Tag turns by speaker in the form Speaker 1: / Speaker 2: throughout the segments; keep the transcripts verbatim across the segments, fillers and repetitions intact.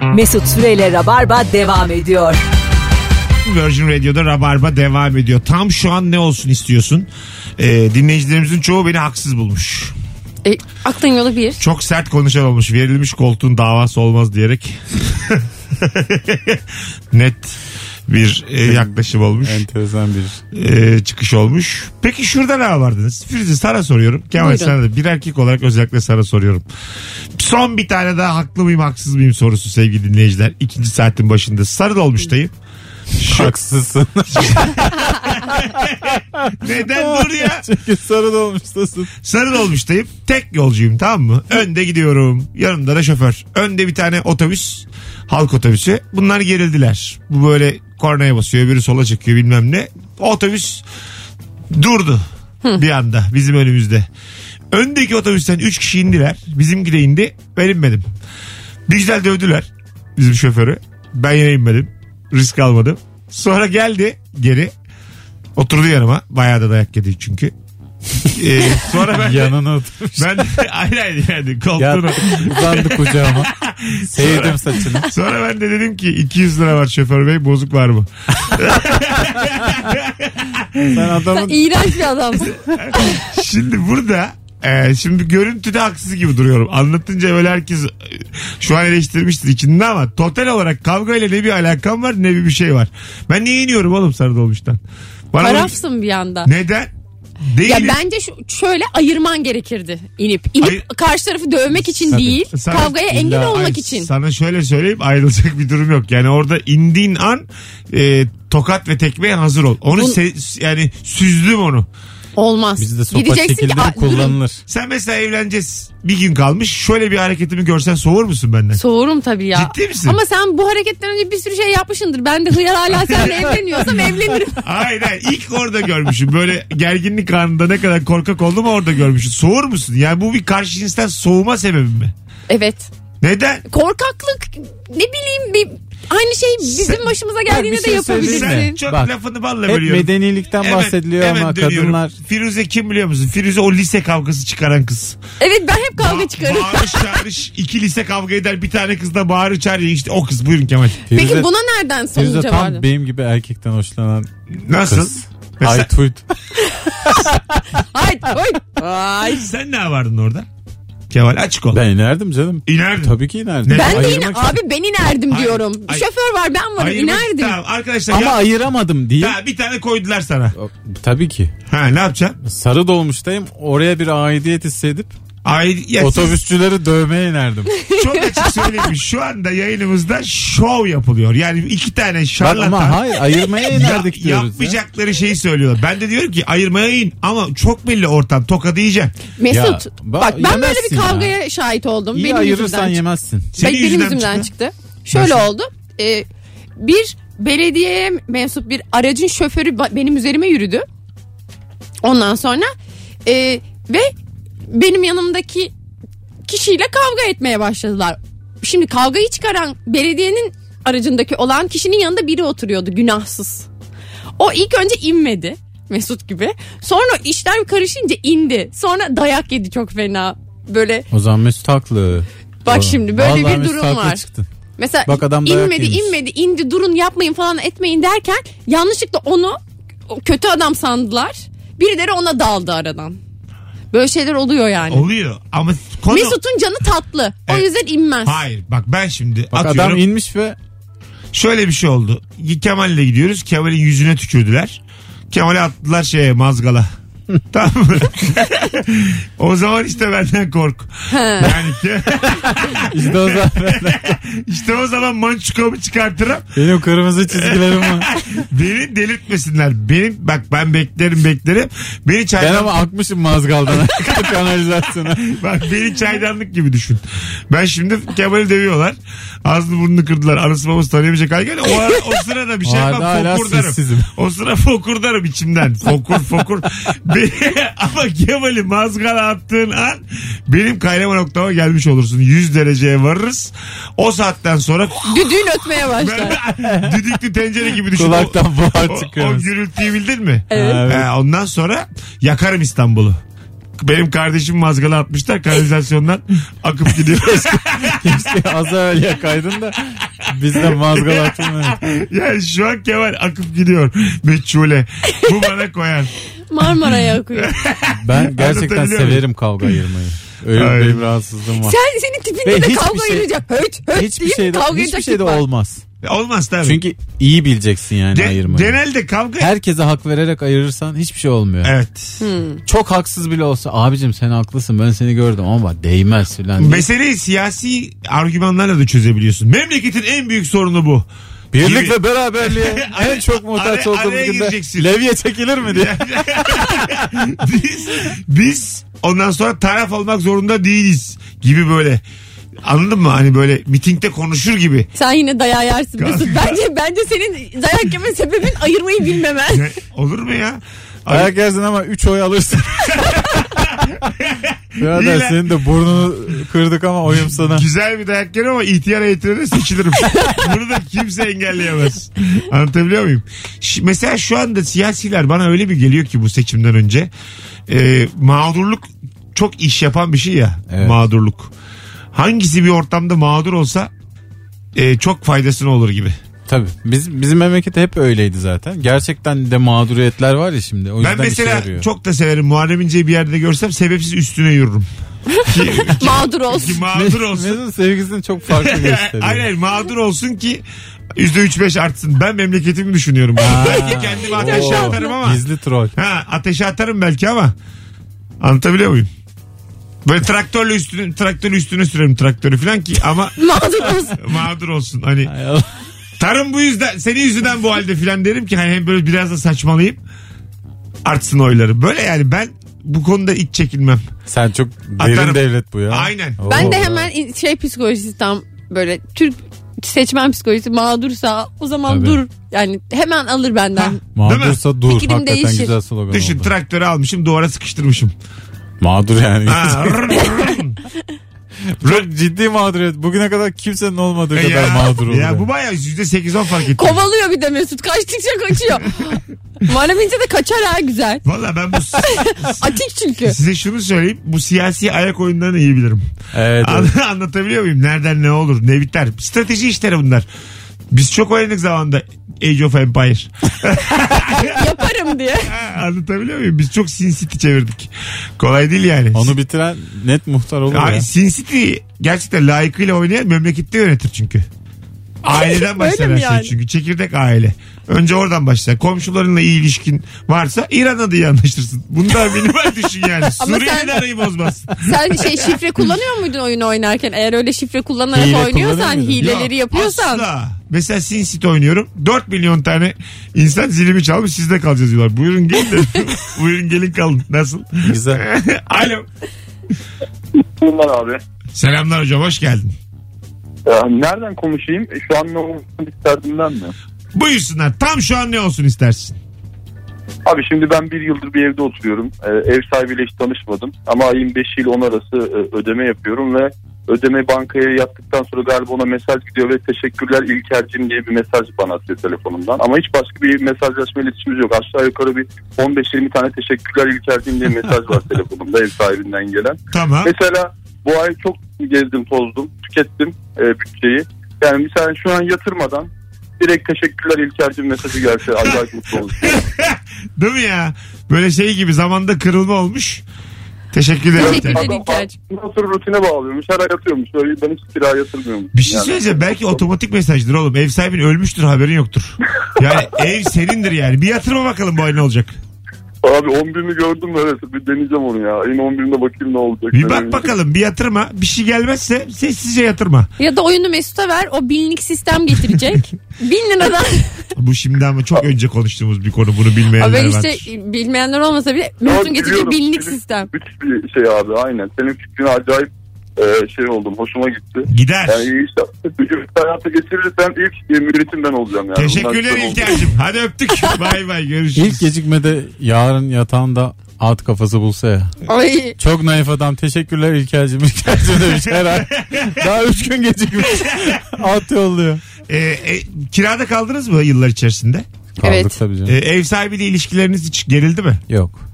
Speaker 1: Mesut Süreyle Rabarba devam ediyor.
Speaker 2: Virgin Radio'da Rabarba devam ediyor. Tam şu an ne olsun istiyorsun? Ee, dinleyicilerimizin çoğu beni haksız bulmuş.
Speaker 3: E, aklın yolu bir.
Speaker 2: Çok sert konuşan olmuş. Verilmiş koltuğun davası olmaz diyerek. Net bir e, yaklaşım olmuş.
Speaker 4: Enteresan bir
Speaker 2: e, çıkış olmuş. Peki şurada ne vardınız? Firuze sana soruyorum. Kemal sana da bir erkek olarak özellikle sana soruyorum. Son bir tane daha haklı mıyım haksız mıyım sorusu sevgili dinleyiciler. İkinci saatin başında sarı dolmuştayım. Şu...
Speaker 4: Haksızsın.
Speaker 2: Neden dur ya?
Speaker 4: Çünkü sarı dolmuştasın.
Speaker 2: Sarı dolmuştayım. Tek yolcuyum, tamam mı? Önde gidiyorum. Yanımda da şoför. Önde bir tane otobüs. Halk otobüsü. Bunlar gerildiler. Bu böyle kornaya basıyor. Biri sola çekiyor bilmem ne. Otobüs durdu. Hı. Bir anda bizim önümüzde. Öndeki otobüsten üç kişi indiler. Bizimki de indi. Ben inmedim. Bir güzel dövdüler bizim şoförü. Ben yine inmedim. Risk almadım. Sonra geldi geri. Oturdu yanıma. Bayağı da dayak yedi çünkü. Ee, sonra ben de,
Speaker 4: yanına oturmuş.
Speaker 2: Ben de ayrı ayrı yani koltuğuna.
Speaker 4: Uzandı kucağıma. Sevdim saçını.
Speaker 2: Sonra ben de dedim ki iki yüz lira var şoför bey, bozuk var mı?
Speaker 4: Sen adamın...
Speaker 3: Sen iğrenç bir adamsın.
Speaker 2: Şimdi burada e, şimdi görüntüde haksız gibi duruyorum. Anlatınca böyle herkes şu an eleştirmiştir içinde ama total olarak kavgayla ne bir alakam var ne bir bir şey var. Ben niye iniyorum oğlum sarı dolmuştan? Bana
Speaker 3: Tarafsın bunu... bir anda.
Speaker 2: Neden? Değil.
Speaker 3: Ya bence şu, şöyle ayırman gerekirdi inip. İnip Ayır... karşı tarafı dövmek için Tabii. değil, sana, kavgaya engel olmak ay, için.
Speaker 2: Sana şöyle söyleyeyim, ayrılacak bir durum yok. Yani orada indiğin an e, tokat ve tekmeye hazır ol. Onu Bun... se- yani süzdüm onu.
Speaker 3: Olmaz.
Speaker 4: Bizde sopa şekilde kullanılır.
Speaker 2: Sen mesela evleneceğiz. Bir gün kalmış. Şöyle bir hareketimi görsen soğur musun benden?
Speaker 3: Soğurum tabii ya.
Speaker 2: Ciddi misin?
Speaker 3: Ama sen bu hareketten önce bir sürü şey yapmışsındır. Ben de hıyar hala seninle evleniyorsam evlenirim.
Speaker 2: Hayır hayır. İlk orada görmüşüm. Böyle gerginlik anında ne kadar korkak oldum orada görmüşüm. Soğur musun? Yani bu bir karşı cinsten soğuma sebebi mi?
Speaker 3: Evet.
Speaker 2: Neden?
Speaker 3: Korkaklık, ne bileyim, bir aynı şey bizim sen, başımıza geldiğinde de
Speaker 4: şey
Speaker 3: yapabilirsin.
Speaker 2: Sen çok Bak, lafını balla
Speaker 4: hep
Speaker 2: bölüyorum.
Speaker 4: Hep medenilikten hemen, bahsediliyor hemen ama dönüyorum. Kadınlar.
Speaker 2: Firuze kim biliyor musun? Firuze o lise kavgası çıkaran kız.
Speaker 3: Evet, ben hep kavga ba- çıkarırım.
Speaker 2: Bağırış çağırış, iki lise kavga eder, bir tane kız da bağırır çağırır. İşte o kız, buyurun Kemal.
Speaker 3: Firuze, Peki buna nereden sonuca vardı?
Speaker 4: Firuze tam benim gibi erkekten hoşlanan
Speaker 2: Nasıl?
Speaker 4: Kız. Ay tuyt.
Speaker 3: Ay tuyt.
Speaker 2: Ay. Sen ne yapardın orada? Kemal açık ol.
Speaker 4: Ben inerdim canım.
Speaker 2: İnerdim.
Speaker 4: Tabii ki inerdim.
Speaker 3: Ben de iner, abi ben inerdim hayır, diyorum. Hayır. Şoför var, ben varım, ayırmak inerdim.
Speaker 2: Tamam arkadaşlar.
Speaker 4: Ama
Speaker 2: ya,
Speaker 4: ayıramadım diye.
Speaker 2: Ha, bir tane koydular sana.
Speaker 4: Tabii ki.
Speaker 2: Ha, ne yapacaksın?
Speaker 4: Sarı dolmuştayım. Oraya bir aidiyet hissedip
Speaker 2: Ay, ya
Speaker 4: otobüsçüleri siz... dövmeye inerdim.
Speaker 2: Çok açık söyleyeyim. Şu anda yayınımızda şov yapılıyor. Yani iki tane şarlatan.
Speaker 4: Bak ama hayır, ayırmaya inerdik ya, diyoruz.
Speaker 2: Yapmayacakları ya. Şeyi söylüyorlar. Ben de diyorum ki ayırmaya in ama çok belli ortam. Tokadı yiyeceksin.
Speaker 3: Mesut ya, bak ben böyle bir kavgaya ya. şahit oldum.
Speaker 4: İyi
Speaker 3: benim
Speaker 4: ayırırsan yemezsin.
Speaker 3: Benim yüzümden, yüzümden çıktı. çıktı. Şöyle Nasıl? oldu. Ee, bir belediyeye mensup bir aracın şoförü benim üzerime yürüdü. Ondan sonra e, ve benim yanımdaki kişiyle kavga etmeye başladılar. Şimdi kavgayı çıkaran belediyenin aracındaki olan kişinin yanında biri oturuyordu, günahsız. O ilk önce inmedi Mesut gibi. Sonra işler karışınca indi. Sonra dayak yedi çok fena. Böyle.
Speaker 4: O zaman Mesut haklı.
Speaker 3: Bak o. Şimdi böyle Vallahi bir Mesut durum var.
Speaker 4: Çıktın.
Speaker 3: Mesela Bak adam inmedi yemiş. inmedi indi durun yapmayın falan etmeyin derken yanlışlıkla onu kötü adam sandılar. Birileri ona daldı aradan. Böyle şeyler oluyor yani.
Speaker 2: Oluyor ama konu...
Speaker 3: Mesut'un canı tatlı. O evet. yüzden inmez.
Speaker 2: Hayır bak ben şimdi
Speaker 4: bak
Speaker 2: atıyorum.
Speaker 4: Adam inmiş ve...
Speaker 2: Şöyle bir şey oldu. Kemal'le gidiyoruz. Kemal'in yüzüne tükürdüler. Kemal'i attılar şeye, mazgala. Tamam mı? O zaman işte benden kork. Yani ki...
Speaker 4: işte o zaman
Speaker 2: işte o zaman mançukamı çıkartırım.
Speaker 4: Benim kırmızı çizgilerim var.
Speaker 2: Beni delirtmesinler. Benim bak ben beklerim beklerim. Beni çaydan...
Speaker 4: Ben ama akmışım mazgaldan kanalizasyona.
Speaker 2: Bak beni çaydanlık gibi düşün. Ben şimdi Kemal'i dövüyorlar. Ağzını burnunu kırdılar. Anası babası tanıyamayacak hal geldi. O, ara, o sırada bir şey yapmam. Fokurdarım. O sıra fokurdarım içimden. Fokur fokur. Ama Kemal'i mazgala attığın an benim kaynama noktama gelmiş olursun. yüz dereceye varırız. O saatten sonra
Speaker 3: düdüğün ötmeye başlar.
Speaker 2: Düdüklü tencere gibi düşün.
Speaker 4: Kulaktan buhar
Speaker 2: o,
Speaker 4: çıkıyor.
Speaker 2: O, o gürültüyü bildin mi?
Speaker 3: Evet.
Speaker 2: Ee, ondan sonra yakarım İstanbul'u. Benim kardeşim mazgalı atmışlar kanalizasyondan akıp gidiyor.
Speaker 4: Keşke az evvel yakaydın da biz de mazgal atılmıyor.
Speaker 2: Yani şu an Kemal akıp gidiyor. Meçhule. Bu bana koyar.
Speaker 3: Marmara'ya akıyor.
Speaker 4: Ben gerçekten
Speaker 2: Anlatabiliyor muyum?
Speaker 4: severim kavga ayırmayı. Öyle
Speaker 2: Ay.
Speaker 4: benim rahatsızlığım var.
Speaker 3: Sen senin tipinde
Speaker 4: Ve
Speaker 3: de
Speaker 4: hiçbir
Speaker 3: kavga
Speaker 4: şey-
Speaker 3: ayıracak. Höt höt
Speaker 4: Hiçbir
Speaker 3: deyip
Speaker 4: şeyde,
Speaker 3: kavga
Speaker 4: hiçbir
Speaker 3: edecek
Speaker 4: şeyde
Speaker 3: tip var.
Speaker 4: olmaz.
Speaker 2: Olmaz tabii.
Speaker 4: Çünkü iyi bileceksin yani
Speaker 2: De-
Speaker 4: ayırmayı.
Speaker 2: genelde kavga...
Speaker 4: Herkese hak vererek ayırırsan hiçbir şey olmuyor.
Speaker 2: Evet.
Speaker 3: Hmm.
Speaker 4: Çok haksız bile olsa abicim sen haklısın ben seni gördüm ama değmez filan. diye.
Speaker 2: Meseleyi siyasi argümanlarla da çözebiliyorsun. Memleketin en büyük sorunu bu.
Speaker 4: Birlik
Speaker 2: Gibi-
Speaker 4: ve beraberliğe en çok muhtaç
Speaker 2: Araya-
Speaker 4: olduğumuz
Speaker 2: araya
Speaker 4: günde
Speaker 2: gireceksin.
Speaker 4: levye çekilir mi diye.
Speaker 2: biz, biz ondan sonra taraf olmak zorunda değiliz gibi böyle. Anladın mı? Hani böyle mitingde konuşur gibi.
Speaker 3: Sen yine dayağı yersin Mesut. Bence, bence senin dayak yeme sebebin ayırmayı bilmemen.
Speaker 2: Ne, olur mu ya?
Speaker 4: Ayak yersin ama üç oy alırsın.
Speaker 2: İyi
Speaker 4: Birader
Speaker 2: lan.
Speaker 4: senin de burnunu kırdık ama oyum sana.
Speaker 2: Güzel bir dayak yerim ama ihtiyar heyetine seçilirim. Bunu da kimse engelleyemez. Anlatabiliyor muyum? Ş- mesela şu anda siyasiler bana öyle bir geliyor ki bu seçimden önce. E, mağdurluk çok iş yapan bir şey ya.
Speaker 4: Evet.
Speaker 2: Mağdurluk. Hangisi bir ortamda mağdur olsa e, çok faydasına olur gibi.
Speaker 4: Tabii. Biz, bizim memlekette hep öyleydi zaten. Gerçekten de mağduriyetler var ya şimdi. O yüzden
Speaker 2: Ben
Speaker 4: işe
Speaker 2: mesela
Speaker 4: yarıyor.
Speaker 2: çok da severim. Muharrem İnce'yi bir yerde görsem sebepsiz üstüne yürürüm. ki, ki,
Speaker 3: Mağdur olsun.
Speaker 2: ki mağdur olsun.
Speaker 4: Mesut sevgisini çok farklı gösteriyor.
Speaker 2: Aynen mağdur olsun ki yüzde üç beş artsın. Ben memleketimi düşünüyorum. Belki kendimi ateşe
Speaker 4: Oo,
Speaker 2: atarım ama.
Speaker 4: Gizli troll.
Speaker 2: Ha, ateşe atarım belki ama. Anlatabiliyor muyum? Böyle traktörle üstüne, traktörü üstüne sürerim traktörü falan ki ama
Speaker 3: Mağdur olsun.
Speaker 2: mağdur olsun. Hani
Speaker 4: Hay Allah.
Speaker 2: tarım bu yüzden, senin yüzünden bu halde falan derim ki hani hem böyle biraz da saçmalayayım. Artsın oyları. Böyle yani ben bu konuda hiç çekinmem.
Speaker 4: Sen çok derin
Speaker 2: Atarım.
Speaker 4: devlet bu ya.
Speaker 2: Aynen.
Speaker 4: Oo.
Speaker 3: Ben de hemen in- şey psikolojisi tam böyle Türk seçmen psikolojisi mağdursa o zaman
Speaker 4: Tabii.
Speaker 3: dur. Yani hemen alır benden.
Speaker 2: Ha.
Speaker 4: Mağdursa dur.
Speaker 3: Fikrim
Speaker 4: Hakikaten
Speaker 3: değişir.
Speaker 4: güzel slogan
Speaker 2: Düşün
Speaker 4: oldu.
Speaker 2: traktörü almışım duvara sıkıştırmışım.
Speaker 4: Mağdur yani.
Speaker 2: Ha, rrrr.
Speaker 4: Çok ciddi mağduriyet. Bugüne kadar kimsenin olmadığı kadar
Speaker 2: ya,
Speaker 4: mağdur oldu.
Speaker 2: ya bu bayağı yüzde sekiz on fark etti.
Speaker 3: Kovalıyor bir de Mesut. Kaçtıkça kaçıyor. Muharrem İnce de kaçar ha güzel.
Speaker 2: Valla ben bu
Speaker 3: Atik çünkü.
Speaker 2: size şunu söyleyeyim. Bu siyasi ayak oyunlarını iyi bilirim.
Speaker 4: Evet,
Speaker 2: An-
Speaker 4: evet.
Speaker 2: Anlatabiliyor muyum? Nereden ne olur ne biter. Strateji işleri bunlar. Biz çok oynadık zamanında Age of Empire.
Speaker 3: Yaparım diye.
Speaker 2: Ha, Anlatabiliyor muyum? Biz çok Sin City çevirdik. Kolay değil yani.
Speaker 4: Onu bitiren net muhtar olur
Speaker 2: Ay,
Speaker 4: ya.
Speaker 2: Sin City gerçekten layıkıyla oynayan memlekette yönetir çünkü. Aileden başlar
Speaker 3: Öyle
Speaker 2: her
Speaker 3: mi
Speaker 2: şey
Speaker 3: yani?
Speaker 2: çünkü. Çekirdek aile. Önce oradan başlar. Komşularınla iyi ilişkin varsa İran'la da iyi anlaşırsın. Bunu da minimal düşün yani.
Speaker 3: Ama
Speaker 2: Suriye'yle
Speaker 3: sen-
Speaker 2: de arayı bozmazsın.
Speaker 3: Sen şey şifre kullanıyor muydun oyunu oynarken? Eğer öyle şifre kullanarak
Speaker 4: Hile
Speaker 3: oynuyorsan,
Speaker 4: kullanıyor muydun?
Speaker 3: hileleri
Speaker 2: Yok,
Speaker 3: yapıyorsan.
Speaker 2: Asla. Mesela Sin City oynuyorum. dört milyon tane insan zilimi çalmış sizde kalacağız diyorlar. Buyurun gelin de. Buyurun gelin kalın. Nasıl?
Speaker 4: Güzel.
Speaker 2: Alo.
Speaker 5: Bunlar abi.
Speaker 2: Selamlar hocam hoş geldin.
Speaker 5: Ya, nereden konuşayım? E, Şu an ne olsun isterdimden mi?
Speaker 2: Buyursunlar. Tam şu an ne olsun istersin?
Speaker 5: Abi şimdi ben bir yıldır bir evde oturuyorum. Ee, ev sahibiyle hiç tanışmadım. Ama ayın beşi ile on arası e, ödeme yapıyorum ve ödeme bankaya yattıktan sonra galiba ona mesaj gidiyor ve teşekkürler İlker'cim diye bir mesaj bana atıyor telefonumdan. Ama hiç başka bir mesajlaşma iletişimimiz yok. Aşağı yukarı bir on beş yirmi tane teşekkürler İlker'cim diye mesaj var telefonumda ev sahibinden gelen.
Speaker 2: Tamam.
Speaker 5: Mesela bu ay çok gezdim tozdum tükettim e, bütçeyi. Yani mesela şu an yatırmadan direkt teşekkürler İlker'cim mesajı gelse acayip mutlu olursun.
Speaker 2: Değil mi ya? Böyle şey gibi zamanda kırılma olmuş. Teşekkür ederim.
Speaker 3: Teşekkür ederim.
Speaker 5: Adam
Speaker 3: İlker'cim.
Speaker 5: ondan sonra rutine bağlıyormuş. Her ay yatıyormuş. Öyle ben hiç kira yatırmıyormuş.
Speaker 2: Bir şey
Speaker 5: Yani-
Speaker 2: söyleyeceğim. Belki otomatik mesajdır oğlum. Ev sahibin ölmüştür haberin yoktur. Yani ev senindir yani. Bir yatırma bakalım bu ay ne olacak.
Speaker 5: Abi on birini gördüm evet. Bir deneyeceğim onu ya. Ayın on birinde bakayım ne olacak.
Speaker 2: Bir
Speaker 5: Ne
Speaker 2: bak
Speaker 5: deneyeceğim.
Speaker 2: bakalım bir yatırma. Bir şey gelmezse sessizce yatırma.
Speaker 3: Ya da oyunu Mesut'a ver, o binlik sistem getirecek. Bin liradan.
Speaker 2: Bu şimdi ama çok önce konuştuğumuz bir konu. Bunu bilmeyenler
Speaker 3: Ama
Speaker 2: var.
Speaker 3: işte bilmeyenler olmasa bile
Speaker 5: Ya,
Speaker 3: Mesut'un getireceği
Speaker 5: biliyorum.
Speaker 3: binlik
Speaker 5: Senin-
Speaker 3: sistem.
Speaker 5: Müthiş bir şey abi aynen. Senin fikrine acayip e, şey oldum. Hoşuma gitti.
Speaker 2: Gider.
Speaker 5: Yani iyi işte. Bir gün hayata geçirirsen ilk e, müritim ben olacağım yani.
Speaker 2: Teşekkürler
Speaker 5: Bundan sonra
Speaker 2: İlker'cim. Hadi öptük. Bay bay görüşürüz.
Speaker 4: İlk gecikmede yarın yatağında at kafası bulsa ya.
Speaker 3: Ay.
Speaker 4: Çok naif adam. Teşekkürler İlker'cim. İlker'cim demiş her ay. Daha üç gün gecikmiş. At yolluyor.
Speaker 2: Ee, e, kirada kaldınız mı yıllar içerisinde?
Speaker 4: Kaldık
Speaker 3: Evet.
Speaker 4: tabii canım.
Speaker 2: Ee, ev sahibiyle ilişkileriniz hiç gerildi mi?
Speaker 4: Yok.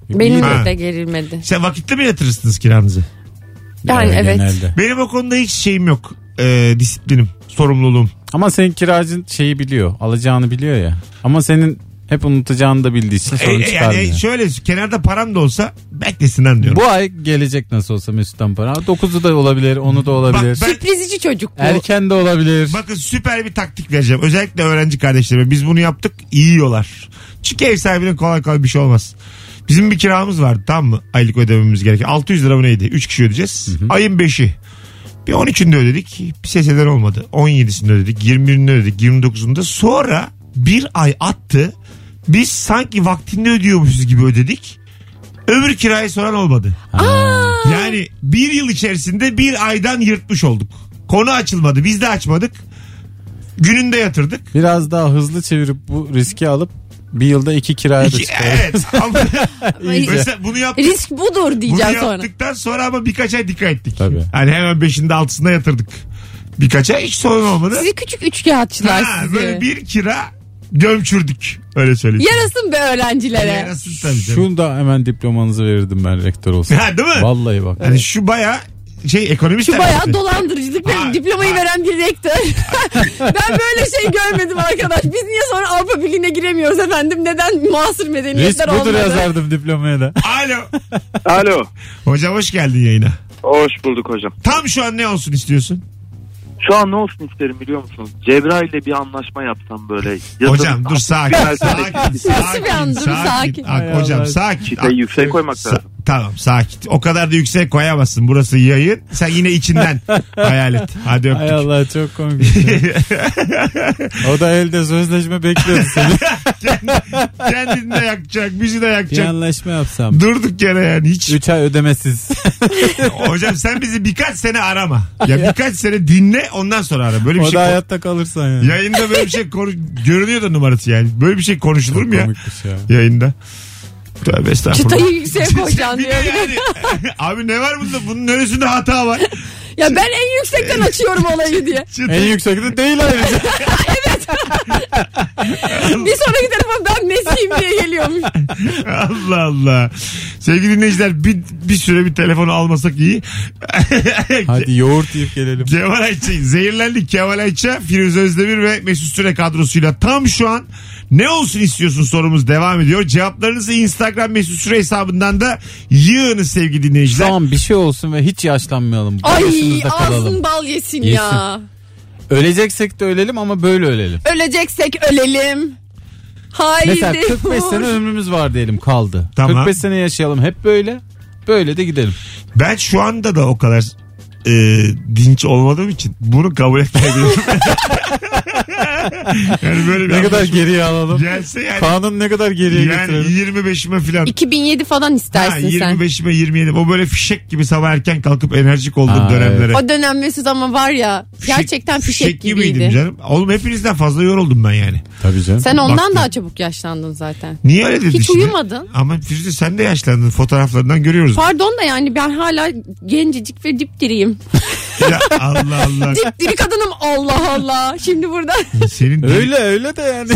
Speaker 3: Benim
Speaker 2: Ha.
Speaker 3: de gerilmedi.
Speaker 2: Sen vakitli mi yatırırsınız kiranızı?
Speaker 3: Yani evet.
Speaker 4: Genelde.
Speaker 2: Benim o konuda hiç şeyim yok. Ee, disiplinim, sorumluluğum.
Speaker 4: Ama senin kiracın şeyi biliyor. Alacağını biliyor ya. Ama senin hep unutacağını da bildiği için sorun
Speaker 2: E,
Speaker 4: çıkarmıyor.
Speaker 2: yani şöyle kenarda param da olsa beklesin lan diyorum.
Speaker 4: Bu ay gelecek nasıl olsa Mesut'tan para. dokuzu da olabilir, onu da olabilir.
Speaker 2: Bak ben-
Speaker 3: Sürprizci çocuk bu.
Speaker 4: Erken de olabilir.
Speaker 2: Bakın süper bir taktik vereceğim. Özellikle öğrenci kardeşlerime. Biz bunu yaptık, iyi yiyorlar. Çünkü ev sahibine kolay kolay bir şey olmaz. Bizim bir kiramız vardı, tamam mı? Aylık ödememiz gereken. altı yüz lira mı neydi? üç kişi ödeyeceğiz. Hı hı. Ayın beşi. Bir on üçünde ödedik. Bir ses eden olmadı. on yedisinde ödedik. yirmi birinde ödedik. yirmi dokuzunda. Sonra bir ay attı. Biz sanki vaktinde ödüyormuşuz gibi ödedik. Öbür kirayı soran olmadı. Yani bir yıl içerisinde bir aydan yırtmış olduk. Konu açılmadı. Biz de açmadık. Gününde yatırdık.
Speaker 4: Biraz daha hızlı çevirip bu riski alıp bir yılda iki kiraya da
Speaker 2: İki,
Speaker 4: çıkarır.
Speaker 2: evet. Ama mesela bunu yaptık.
Speaker 3: Risk budur
Speaker 2: Bunu
Speaker 3: diyeceğim sonra.
Speaker 2: yaptıktan sonra ama birkaç ay dikkat ettik.
Speaker 4: Tabii.
Speaker 2: Hani hemen beşinde altısında yatırdık. Birkaç ay hiç sorun olmadı.
Speaker 3: Sizi küçük üçkağıtçılar
Speaker 2: Ha,
Speaker 3: sizi.
Speaker 2: böyle bir kira gömçürdük. Öyle söyleyeyim.
Speaker 3: Yarasın be öğrencilere.
Speaker 2: Yarasın tabii canım.
Speaker 4: Şunu da hemen diplomanızı verirdim ben rektör olsam.
Speaker 2: Ha, değil mi?
Speaker 4: Vallahi bak.
Speaker 2: Hani şu baya şey ekonomist.
Speaker 3: Şu bayağı
Speaker 2: herhalde.
Speaker 3: dolandırıcılık
Speaker 2: Ha,
Speaker 3: ve diplomayı
Speaker 2: ha.
Speaker 3: veren bir rektör. Ben böyle şey görmedim arkadaş. Biz niye sonra Avrupa Birliği'ne giremiyoruz efendim? Neden muasır
Speaker 4: Risk
Speaker 3: medeniyetler
Speaker 4: budur
Speaker 3: olmadı?
Speaker 4: yazardım diplomaya da.
Speaker 2: Alo.
Speaker 5: Alo.
Speaker 2: Hocam hoş geldin yayına.
Speaker 5: Hoş bulduk hocam.
Speaker 2: Tam şu an ne olsun istiyorsun?
Speaker 5: Şu an ne olsun isterim biliyor musunuz? Cebrail ile bir anlaşma yapsam böyle. Yazın,
Speaker 2: Hocam dur sakin.
Speaker 5: Genel
Speaker 2: Sakin.
Speaker 5: seçim.
Speaker 2: Sakin.
Speaker 3: bir an, dur, sakin.
Speaker 2: Ak-
Speaker 4: Hay
Speaker 2: hocam
Speaker 4: Allah.
Speaker 2: sakin.
Speaker 5: Çıtayı yüksek koymak
Speaker 2: Sa-
Speaker 5: lazım.
Speaker 2: Tamam sakin. O kadar da yüksek koyamazsın. Burası yayın. Sen yine içinden hayal et. Hadi öptük.
Speaker 4: Hay Allah çok komik. O da elde sözleşme bekliyordu seni.
Speaker 2: Kendini de yakacak. Bizi de
Speaker 4: Bir
Speaker 2: yakacak.
Speaker 4: anlaşma yapsam.
Speaker 2: Durduk yere yani hiç.
Speaker 4: üç ay ödemesiz.
Speaker 2: Hocam sen bizi birkaç sene arama. Ya birkaç sene dinle ondan sonra ara. Böyle bir
Speaker 4: O
Speaker 2: şey
Speaker 4: da
Speaker 2: ko-
Speaker 4: hayatta kalırsan yani.
Speaker 2: yayında böyle bir şey konu- görünüyor da numarası yani. Böyle bir şey konuşulur
Speaker 4: Çok
Speaker 2: mu ya?
Speaker 4: komikmiş ya.
Speaker 2: Yayında. Tövbe estağfurullah.
Speaker 3: Çıtayı yükseğe koyacaksın
Speaker 2: Bir de
Speaker 3: diyor.
Speaker 2: yani. Abi ne var bunda? Bunun neresinde hata var?
Speaker 3: Ya ben en yüksekten açıyorum olayı diye.
Speaker 4: En yüksekte değil ayrıca.
Speaker 3: Bir sonraki telefon ben Mesih'im diye geliyormuş.
Speaker 2: Allah Allah. Sevgili dinleyiciler bir, bir süre bir telefonu almasak iyi.
Speaker 4: Hadi yoğurt yiyip gelelim.
Speaker 2: Kemal Ayça, zehirlendik. Kemal Ayça, Firuze Özdemir ve Mesut Süre kadrosuyla tam şu an ne olsun istiyorsun sorumuz devam ediyor. Cevaplarınızı Instagram Mesut Süre hesabından da yığınız sevgili dinleyiciler.
Speaker 4: Şu an bir şey olsun ve hiç yaşlanmayalım.
Speaker 3: Ay
Speaker 4: Başımızda kalalım.
Speaker 3: ağzın bal yesin,
Speaker 4: Yesin.
Speaker 3: ya.
Speaker 4: Öleceksek de ölelim ama böyle ölelim.
Speaker 3: Öleceksek ölelim. Haydi.
Speaker 4: Mesela kırk beş sene ömrümüz var diyelim kaldı.
Speaker 2: Tamam.
Speaker 4: kırk beş sene yaşayalım hep böyle. Böyle de gidelim.
Speaker 2: Ben şu anda da o kadar e, dinç olmadığım için bunu kabul etmeyebilirim. Yani böyle bir
Speaker 4: Ne kadar
Speaker 2: anlaşma
Speaker 4: geriye alalım.
Speaker 2: gelse yani.
Speaker 4: Kanun ne kadar geriye
Speaker 2: Yani
Speaker 4: getirelim.
Speaker 2: yirmi beşime falan.
Speaker 3: iki bin yedi falan
Speaker 2: Ha,
Speaker 3: istersin sen.
Speaker 2: yirmi beşime yirmi yedi. O böyle fişek gibi sabah erken kalkıp enerjik olduğum
Speaker 4: Aa,
Speaker 2: dönemlere.
Speaker 3: O dönem Mesut ama var ya gerçekten fişek,
Speaker 2: gibiydim
Speaker 3: gibiydi.
Speaker 2: canım. Oğlum hepinizden fazla yoruldum ben yani.
Speaker 4: Tabii canım.
Speaker 3: Sen ondan
Speaker 2: Baktım.
Speaker 3: daha çabuk yaşlandın zaten.
Speaker 2: Niye öyle dedin
Speaker 3: Hiç
Speaker 2: şimdi?
Speaker 3: uyumadın.
Speaker 2: Ama Firuze sen de yaşlandın. Fotoğraflarından görüyoruz.
Speaker 3: Pardon da yani ben hala gencecik ve dipdiriyim.
Speaker 2: Ya Allah Allah.
Speaker 3: Dipdiri kadınım, Allah Allah. Şimdi burada
Speaker 2: Senin diri-
Speaker 4: Öyle öyle de yani.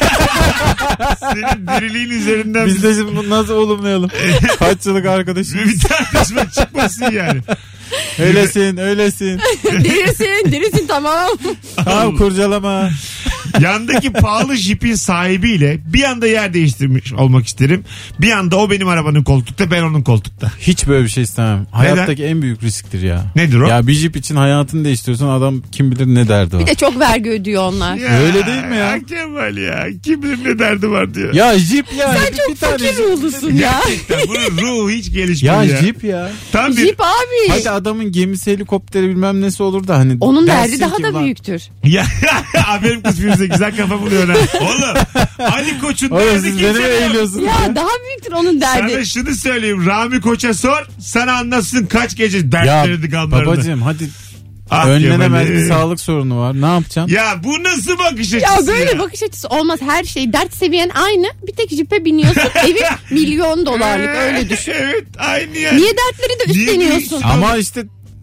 Speaker 2: senin diriliğin üzerinden
Speaker 4: Biz de şimdi bunu nasıl olumlayalım? Kaç yıllık arkadaşım.
Speaker 2: bir tartışma çıkmasın yani.
Speaker 4: Öylesin öylesin.
Speaker 3: dirisin, dirisin tamam.
Speaker 4: Tamam kurcalama.
Speaker 2: Yandaki pahalı jipin sahibiyle bir anda yer değiştirmiş olmak isterim. Bir anda o benim arabanın koltukta, ben onun koltukta.
Speaker 4: Hiç böyle bir şey istemem. Hayattaki en büyük risktir ya.
Speaker 2: Nedir o?
Speaker 4: Ya bir jip için hayatını değiştiriyorsun adam kim bilir ne derdi var.
Speaker 3: Bir de çok vergi ödüyor onlar.
Speaker 2: Ya,
Speaker 4: Öyle değil mi ya?
Speaker 2: Kemal ya. Kim bilir ne derdi var diyor.
Speaker 4: Ya jip ya.
Speaker 3: Sen çok fakir ruhlusun ya.
Speaker 2: Gerçekten bunun ruhu hiç gelişmedi
Speaker 4: Ya
Speaker 2: ya.
Speaker 4: jip ya.
Speaker 2: Tam bir...
Speaker 3: Jip abi.
Speaker 4: Hadi adamın gemisi helikopteri bilmem nesi olur da hani.
Speaker 3: Onun
Speaker 4: dersin
Speaker 3: derdi daha
Speaker 4: ki
Speaker 3: da
Speaker 4: ulan,
Speaker 3: büyüktür.
Speaker 2: Ya aferin kız Firuze, güzel kafa buluyor ha. Oğlum Ali Koç'un
Speaker 4: Oğlum
Speaker 2: derdi
Speaker 4: siz
Speaker 2: kimse
Speaker 4: beni mi
Speaker 2: yok.
Speaker 4: eğiliyorsunuz ya?
Speaker 3: Ya daha büyüktür onun derdi.
Speaker 2: Sana şunu söyleyeyim, Rami Koç'a sor, sana anlatsın kaç gece
Speaker 4: Ya
Speaker 2: dertlerini gamlarını.
Speaker 4: babacığım hadi
Speaker 2: Ah
Speaker 4: önlenemez
Speaker 2: Kemal'im.
Speaker 4: bir sağlık sorunu var. Ne yapacaksın?
Speaker 2: Ya bu nasıl bakış açısı
Speaker 3: Ya böyle
Speaker 2: ya?
Speaker 3: bakış açısı olmaz. Her şey dert seviyen aynı. Bir tek jipe biniyorsun. Evin milyon dolarlık, öyle düşün.
Speaker 2: Evet aynı yani.
Speaker 3: Niye dertleri de
Speaker 2: Niye
Speaker 3: üstleniyorsun?
Speaker 2: büyüksün?
Speaker 4: Ama işte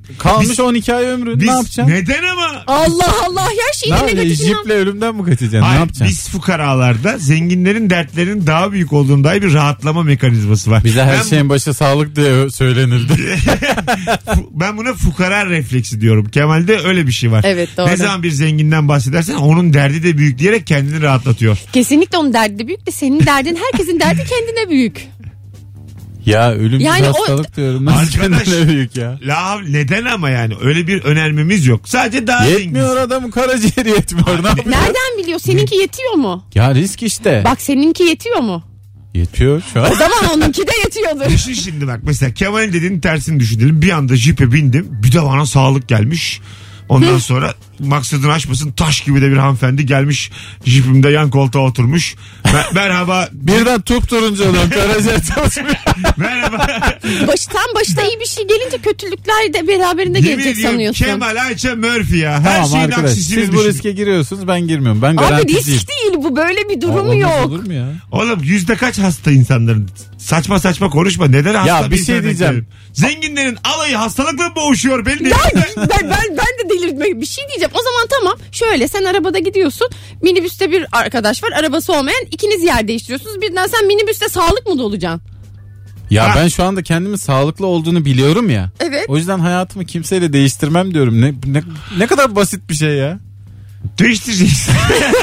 Speaker 4: Kalmış
Speaker 2: Biz-
Speaker 4: on iki ay ömrü.
Speaker 2: Biz
Speaker 4: Ne yapacaksın?
Speaker 2: neden ama?
Speaker 3: Allah Allah her şeyin
Speaker 4: Ne
Speaker 3: negatifini
Speaker 4: yapacaksın?
Speaker 3: yap.
Speaker 4: Jiple ölümden mi kaçacaksın? Ne
Speaker 2: Hayır,
Speaker 4: yapacaksın?
Speaker 2: biz fukaralarda zenginlerin dertlerinin daha büyük olduğuna dair bir rahatlama mekanizması var.
Speaker 4: Bize her
Speaker 2: ben,
Speaker 4: şeyin başı sağlık diye söylenildi.
Speaker 2: fu- ben buna fukara refleksi diyorum. Kemal'de öyle bir şey var.
Speaker 3: Evet, doğru.
Speaker 2: Ne zaman bir zenginden bahsedersen onun derdi de büyük diyerek kendini rahatlatıyor.
Speaker 3: Kesinlikle onun derdi de büyük de senin derdin herkesin derdi kendine büyük.
Speaker 4: Ya ölüm bir
Speaker 3: Yani o-
Speaker 4: hastalık diyorum. Nasıl
Speaker 2: Arkadaş-
Speaker 4: kendine büyük ya?
Speaker 2: La neden ama yani öyle bir önermemiz yok. Sadece daha
Speaker 4: Yetmiyor
Speaker 2: zengin.
Speaker 4: adamın karaciğeri yetmiyor. Ne yapıyor?
Speaker 3: Nereden biliyor? Seninki yetiyor mu?
Speaker 4: Ya risk işte.
Speaker 3: Bak seninki yetiyor mu?
Speaker 4: Yetiyor şu an.
Speaker 3: O zaman onunki de yetiyordur.
Speaker 2: Düşün şimdi bak mesela Kemal'in dediğinin tersini düşünelim. Bir anda jipe bindim. Bir de bana sağlık gelmiş. Ondan sonra maksadını aşmasın taş gibi de bir hanımefendi gelmiş. Jipimde yan koltuğa oturmuş. Me- merhaba.
Speaker 4: Birden tup turuncu oluyorum. Karaciğer çalışmıyor.
Speaker 2: Merhaba.
Speaker 3: Baş, tam başta iyi bir şey gelince kötülükler de beraberinde
Speaker 2: Yemin
Speaker 3: gelecek
Speaker 2: ediyorum
Speaker 3: sanıyorsun.
Speaker 2: Kemal Ayça Murphy ya. Her
Speaker 4: Tamam
Speaker 2: şeyin
Speaker 4: arkadaş
Speaker 2: aksisini
Speaker 4: siz bu
Speaker 2: düşün.
Speaker 4: riske giriyorsunuz ben girmiyorum. Ben
Speaker 3: Abi
Speaker 4: garanticiyim.
Speaker 3: risk değil bu böyle bir durum
Speaker 4: Olmaz
Speaker 3: yok.
Speaker 4: Olur mu ya?
Speaker 2: Oğlum yüzde kaç hasta insanların? Saçma saçma konuşma. Neden hasta
Speaker 4: Ya bir şey
Speaker 2: insan
Speaker 4: diyeceğim.
Speaker 2: beklerim? Zenginlerin alayı hastalıkla mı boğuşuyor belli değil.
Speaker 3: ben, ben, ben de delirtmek bir şey diyeceğim. O zaman tamam şöyle sen arabada gidiyorsun. Minibüste bir arkadaş var arabası olmayan ikiniz yer değiştiriyorsunuz. Birden sen minibüste sağlık mı dolacaksın?
Speaker 4: Ya
Speaker 2: Ha.
Speaker 4: ben şu anda kendimin sağlıklı olduğunu biliyorum ya.
Speaker 3: Evet.
Speaker 4: O yüzden hayatımı kimseyle değiştirmem diyorum. Ne ne, ne kadar basit bir şey ya.
Speaker 2: Değiştireceksin.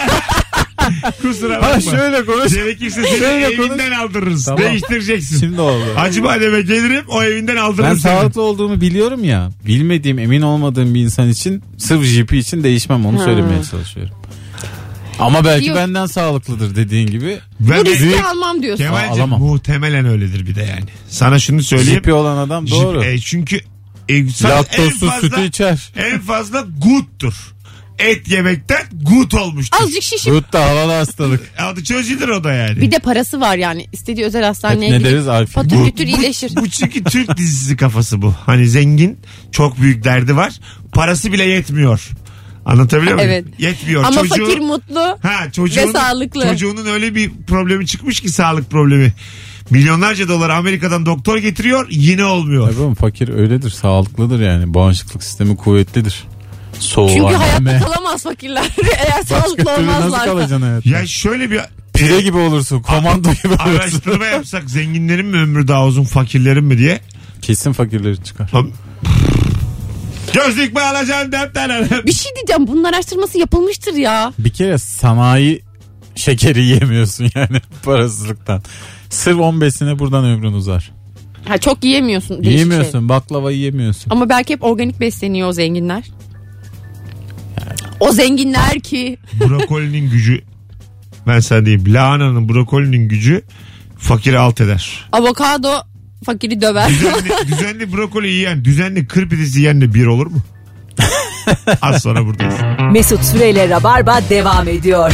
Speaker 2: Kusura bakma.
Speaker 4: Ha şöyle konuş.
Speaker 2: Gerekirse seni
Speaker 4: Şöyle konuş.
Speaker 2: evinden aldırırız.
Speaker 4: Tamam.
Speaker 2: Değiştireceksin.
Speaker 4: Şimdi oldu.
Speaker 2: Acıbadem'e gelirim o evinden aldırırım
Speaker 4: Ben
Speaker 2: seni.
Speaker 4: sağlıklı olduğumu biliyorum ya. Bilmediğim, emin olmadığım bir insan için sırf J P için değişmem. Onu
Speaker 3: Ha.
Speaker 4: söylemeye çalışıyorum. Ama belki
Speaker 3: Diyor-
Speaker 4: benden sağlıklıdır dediğin gibi.
Speaker 2: Ben
Speaker 3: Bu riski
Speaker 4: büyük-
Speaker 3: almam diyorsun.
Speaker 2: Kemal'cim
Speaker 4: Alamam.
Speaker 2: muhtemelen öyledir bir de yani. Sana şunu söyleyeyim.
Speaker 4: J P olan adam doğru.
Speaker 2: E, çünkü e, sana en
Speaker 4: Laktozsuz
Speaker 2: fazla,
Speaker 4: sütü içer.
Speaker 2: en fazla good'tur. Et yemekten good olmuştur.
Speaker 3: Azıcık şişip
Speaker 4: Gut da havalı hastalık.
Speaker 2: Adı çözülür o da yani.
Speaker 3: bir de parası var yani. İstediği özel
Speaker 4: Hep
Speaker 3: hastaneye
Speaker 4: ne
Speaker 3: gidip
Speaker 4: deriz Alfi?
Speaker 3: patır kütür iyileşir.
Speaker 2: Bu çünkü Türk dizisi kafası bu. Hani zengin çok büyük derdi var. Parası bile yetmiyor. Anlatabiliyor muyum?
Speaker 3: Evet.
Speaker 2: Yetmiyor.
Speaker 3: Ama
Speaker 2: Çocuğu-
Speaker 3: fakir mutlu.
Speaker 2: Ha, çocuğun,
Speaker 3: ve sağlıklı.
Speaker 2: Çocuğunun öyle bir problemi çıkmış ki sağlık problemi. Milyonlarca dolar Amerika'dan doktor getiriyor yine olmuyor.
Speaker 4: Tabii oğlum, fakir öyledir, sağlıklıdır yani. Bağışıklık sistemi kuvvetlidir. Soğuğa
Speaker 3: Çünkü hayatta
Speaker 4: yeme.
Speaker 3: kalamaz fakirler. Eğer
Speaker 4: Başka
Speaker 3: sağlıklı
Speaker 4: türlü nasıl
Speaker 3: olmazlarsa.
Speaker 4: kalacaksın hayatta?
Speaker 2: Ya şöyle bir
Speaker 4: Pire
Speaker 2: e,
Speaker 4: gibi olursun, komando gibi olursun.
Speaker 2: araştırma yapsak zenginlerin mi ömrü daha uzun fakirlerin mi diye.
Speaker 4: Kesin fakirleri çıkar.
Speaker 2: Gözlük mü alacaksın defter.
Speaker 3: Bir şey diyeceğim bunun araştırması yapılmıştır ya.
Speaker 4: Bir kere sanayi şekeri yiyemiyorsun yani parasızlıktan. Sırf on beş sene buradan ömrün uzar.
Speaker 3: Ha, çok yiyemiyorsun. değişik
Speaker 4: Yiyemiyorsun,
Speaker 3: şey.
Speaker 4: baklava yiyemiyorsun.
Speaker 3: Ama belki hep organik besleniyor o zenginler. O zenginler ki.
Speaker 2: Brokolinin gücü ben sana diyeyim. Lahananın brokolinin gücü fakiri alt eder.
Speaker 3: Avokado fakiri döver.
Speaker 2: Düzenli, düzenli brokoli yiyen, düzenli kır pidesi yiyen de bir olur mu? Az sonra buradayız.
Speaker 1: Mesut Süreyle Rabarba devam ediyor.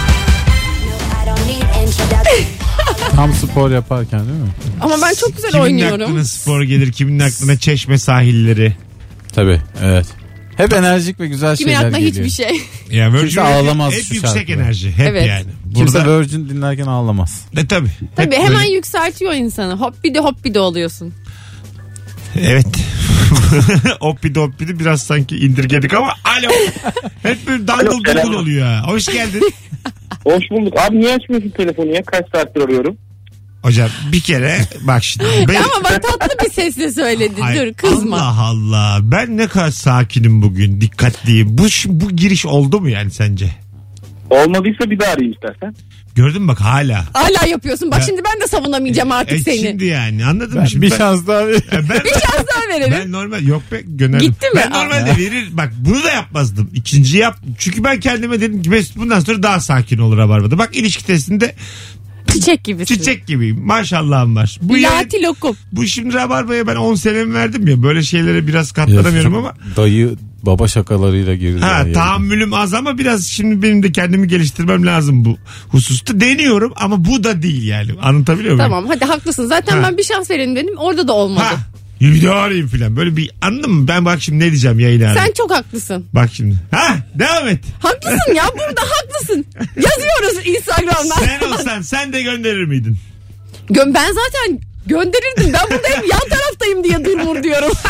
Speaker 4: Tam spor yaparken değil mi?
Speaker 3: Ama ben çok güzel
Speaker 2: Kimin
Speaker 3: oynuyorum.
Speaker 2: aklına spor gelir, kimin aklına çeşme sahilleri.
Speaker 4: Tabii, evet. Hep enerjik ve güzel
Speaker 3: Kimin
Speaker 4: şeyler
Speaker 3: aklına
Speaker 4: geliyor.
Speaker 3: hiçbir şey.
Speaker 2: Ya Virgin
Speaker 4: Kimse
Speaker 2: Radio
Speaker 4: ağlamaz
Speaker 2: hep
Speaker 4: şu
Speaker 2: yüksek
Speaker 4: şarkıda.
Speaker 2: enerji. Hep
Speaker 3: Evet.
Speaker 2: yani.
Speaker 4: Kimse
Speaker 2: Burada,
Speaker 4: Virgin dinlerken ağlamaz.
Speaker 2: e tabi.
Speaker 3: Tabii hemen yükseltiyor insanı. Hop bir de hop bir de oluyorsun.
Speaker 2: Evet. Oppidi oppidi biraz sanki indirgedik ama alo. Hep böyle dangıl
Speaker 5: Alo,
Speaker 2: dungul
Speaker 5: selam.
Speaker 2: oluyor ha. Hoş geldin.
Speaker 5: Hoş bulduk. Abi niye açmıyorsun telefonu ya? Kaç saattir arıyorum.
Speaker 2: Hocam bir kere bak şimdi. Ben,
Speaker 3: Ama bak tatlı bir sesle söyledin.
Speaker 2: Ay,
Speaker 3: Dur kızma.
Speaker 2: Allah Allah. Ben ne kadar sakinim bugün. Dikkatliyim. Bu, bu giriş oldu mu yani sence?
Speaker 5: Olmadıysa bir daha arayayım istersen.
Speaker 2: Gördün mü bak hala.
Speaker 3: Hala yapıyorsun. Bak
Speaker 2: Ya-
Speaker 3: şimdi ben de savunamayacağım artık
Speaker 2: E,
Speaker 3: seni.
Speaker 2: Şimdi yani anladın
Speaker 4: Ben
Speaker 2: mı? Şimdi
Speaker 4: bir
Speaker 2: ben,
Speaker 4: şans daha ver.
Speaker 2: E, ben,
Speaker 3: Bir şans daha verelim.
Speaker 2: ben normal yok be gönderdim.
Speaker 3: Gitti mi?
Speaker 2: Ben normalde verir bak bunu da yapmazdım. İkinci yap. Çünkü ben kendime dedim ki Mesut bundan sonra daha sakin olur Rabarba'da. Bak ilişki testinde
Speaker 3: Çiçek gibisin.
Speaker 2: çiçek gibiyim. Maşallahım var. Bu, yayın-
Speaker 3: Lati lokum.
Speaker 2: bu şimdi Rabarba'ya ben on senemi verdim ya. Böyle şeylere biraz katlanamıyorum ama.
Speaker 4: Dayı baba şakalarıyla girdi.
Speaker 2: Ha
Speaker 4: yani.
Speaker 2: tahammülüm az ama biraz şimdi benim de kendimi geliştirmem lazım bu hususta. Deniyorum ama bu da değil yani. Anlatabiliyor muyum?
Speaker 3: Tamam hadi haklısın. Zaten
Speaker 2: Ha.
Speaker 3: ben bir şans verelim dedim. Orada da olmadı.
Speaker 2: Ha. Bir daha arayayım filan. Böyle bir anladın mı? Ben bak şimdi ne diyeceğim yayına.
Speaker 3: Sen
Speaker 2: arayayım.
Speaker 3: çok haklısın.
Speaker 2: Bak şimdi. Ha devam et.
Speaker 3: Haklısın ya burada haklısın. Yazıyoruz Instagram'dan.
Speaker 2: Sen olsan sen de gönderir miydin?
Speaker 3: Gö- ben zaten gönderirdim. Ben burada hep yan taraftayım diye durmur diyorum.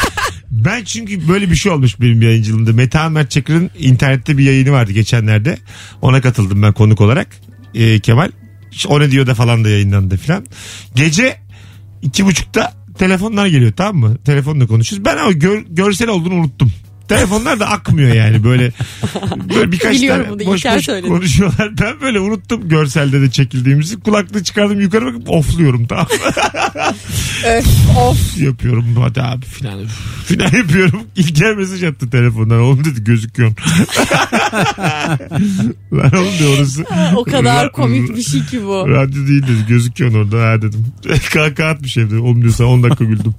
Speaker 2: Ben çünkü böyle bir şey olmuş benim yayıncılığımda. Metehan Mertçakır'ın internette bir yayını vardı geçenlerde. Ona katıldım ben konuk olarak. Ee, Kemal. O ne diyor da falan da yayınlandı falan. Gece iki buçukta telefonlar geliyor, tamam mı? Telefonla konuşuyoruz. Ben ama gör, görsel olduğunu unuttum. Telefonlar da akmıyor yani böyle, böyle birkaç
Speaker 3: Biliyorum
Speaker 2: tane
Speaker 3: bunu,
Speaker 2: boş
Speaker 3: İlker
Speaker 2: boş
Speaker 3: söyledi.
Speaker 2: konuşuyorlar. Ben böyle unuttum görselde de çekildiğimizi. Kulaklığı çıkardım, yukarı bakıp ofluyorum, tamam mı?
Speaker 3: Öf, of.
Speaker 2: Yapıyorum hadi abi filan filan yapıyorum. İlker mesaj attı telefondan. Oğlum dedi gözüküyorsun. Lan oğlum diyor orası.
Speaker 3: O kadar
Speaker 2: Ra-
Speaker 3: komik bir şey ki bu.
Speaker 2: Radyo değil dedi, gözüküyorsun orada ha dedim. Kahkaha atmış evde. Oğlum diyorsa on dakika güldüm.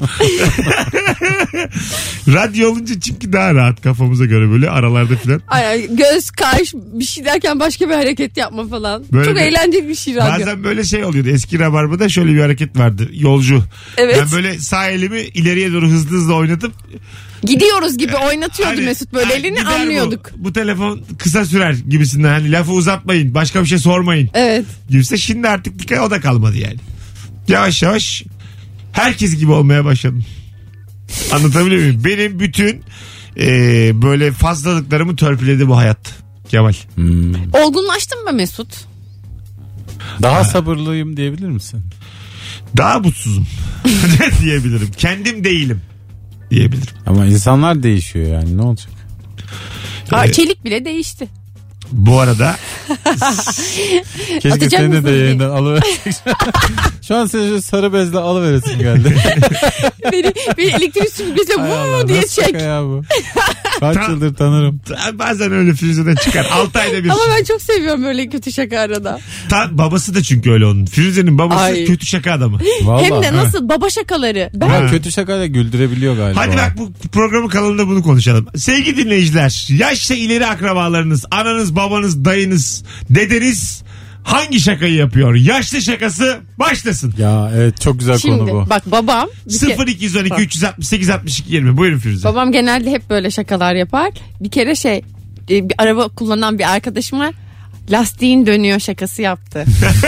Speaker 2: Radyo olunca çünkü daha rahat kafamıza göre böyle aralarda filan.
Speaker 3: Ay, göz, kaş bir şey derken başka bir hareket yapma falan.
Speaker 2: Böyle
Speaker 3: Çok
Speaker 2: bir-
Speaker 3: eğlenceli bir şey radyo.
Speaker 2: Bazen böyle şey oluyordu. Eski Rabarba'da şöyle bir hareket vardı. Yolcu.
Speaker 3: Evet.
Speaker 2: Ben böyle sağ elimi ileriye doğru hızlı hızlı oynatıp
Speaker 3: Gidiyoruz gibi oynatıyordu
Speaker 2: hani-
Speaker 3: Mesut böyle
Speaker 2: hani
Speaker 3: elini,
Speaker 2: gider bu.
Speaker 3: anlıyorduk.
Speaker 2: Bu, telefon kısa sürer gibisinden. Hani lafı uzatmayın. Başka bir şey sormayın.
Speaker 3: Evet.
Speaker 2: Gibisi. Şimdi artık dikkat o da kalmadı yani. Yavaş yavaş herkes gibi olmaya başladım. Anlatabiliyor muyum? Benim bütün e, böyle fazlalıklarımı törpüledi bu hayat. Kemal.
Speaker 4: Hmm.
Speaker 3: Olgunlaştın mı Mesut?
Speaker 4: Daha sabırlıyım diyebilir misin?
Speaker 2: Daha mutsuzum diyebilirim. Kendim değilim diyebilirim.
Speaker 4: Ama insanlar değişiyor yani, ne olacak?
Speaker 3: Aa,
Speaker 2: Evet.
Speaker 3: çelik bile değişti.
Speaker 2: Bu arada
Speaker 4: Keşke
Speaker 3: Atacak
Speaker 4: seni
Speaker 3: mısın
Speaker 4: de
Speaker 3: diye.
Speaker 4: yayından alıversek. Şu an seni şu sarı bezle alıveresin geldi.
Speaker 3: beni, beni elektrik süpürgesi
Speaker 4: Hay Allah,
Speaker 3: vuu diye
Speaker 4: nasıl
Speaker 3: çek.
Speaker 4: şaka ya bu? Kaç
Speaker 2: Tam-
Speaker 4: yıldır tanırım.
Speaker 2: bazen öyle Firuze'den çıkar. altı ayda bir.
Speaker 3: Ama ben çok seviyorum böyle kötü şaka arada.
Speaker 2: Ta, babası da çünkü öyle onun. Firuze'nin babası
Speaker 3: Ay.
Speaker 2: kötü şaka adamı.
Speaker 4: Vallahi.
Speaker 3: Hem de nasıl baba şakaları. Ben
Speaker 4: Ama
Speaker 2: Ha.
Speaker 4: kötü şakayla güldürebiliyor galiba.
Speaker 2: Hadi bak bu programın kalanında bunu konuşalım. Sevgili dinleyiciler, yaşça ileri akrabalarınız, ananız, babanız, dayınız, dedeniz hangi şakayı yapıyor? Yaşlı şakası başlasın.
Speaker 4: Ya evet, çok güzel
Speaker 3: şimdi
Speaker 4: konu bu.
Speaker 3: bak babam bir ke-
Speaker 2: sıfır iki yüz on iki üç yüz altmış sekiz altmış iki yirmi. Buyurun Firuze.
Speaker 3: babam genelde hep böyle şakalar yapar. Bir kere şey e, bir araba kullanan bir arkadaşıma lastiğin dönüyor şakası yaptı.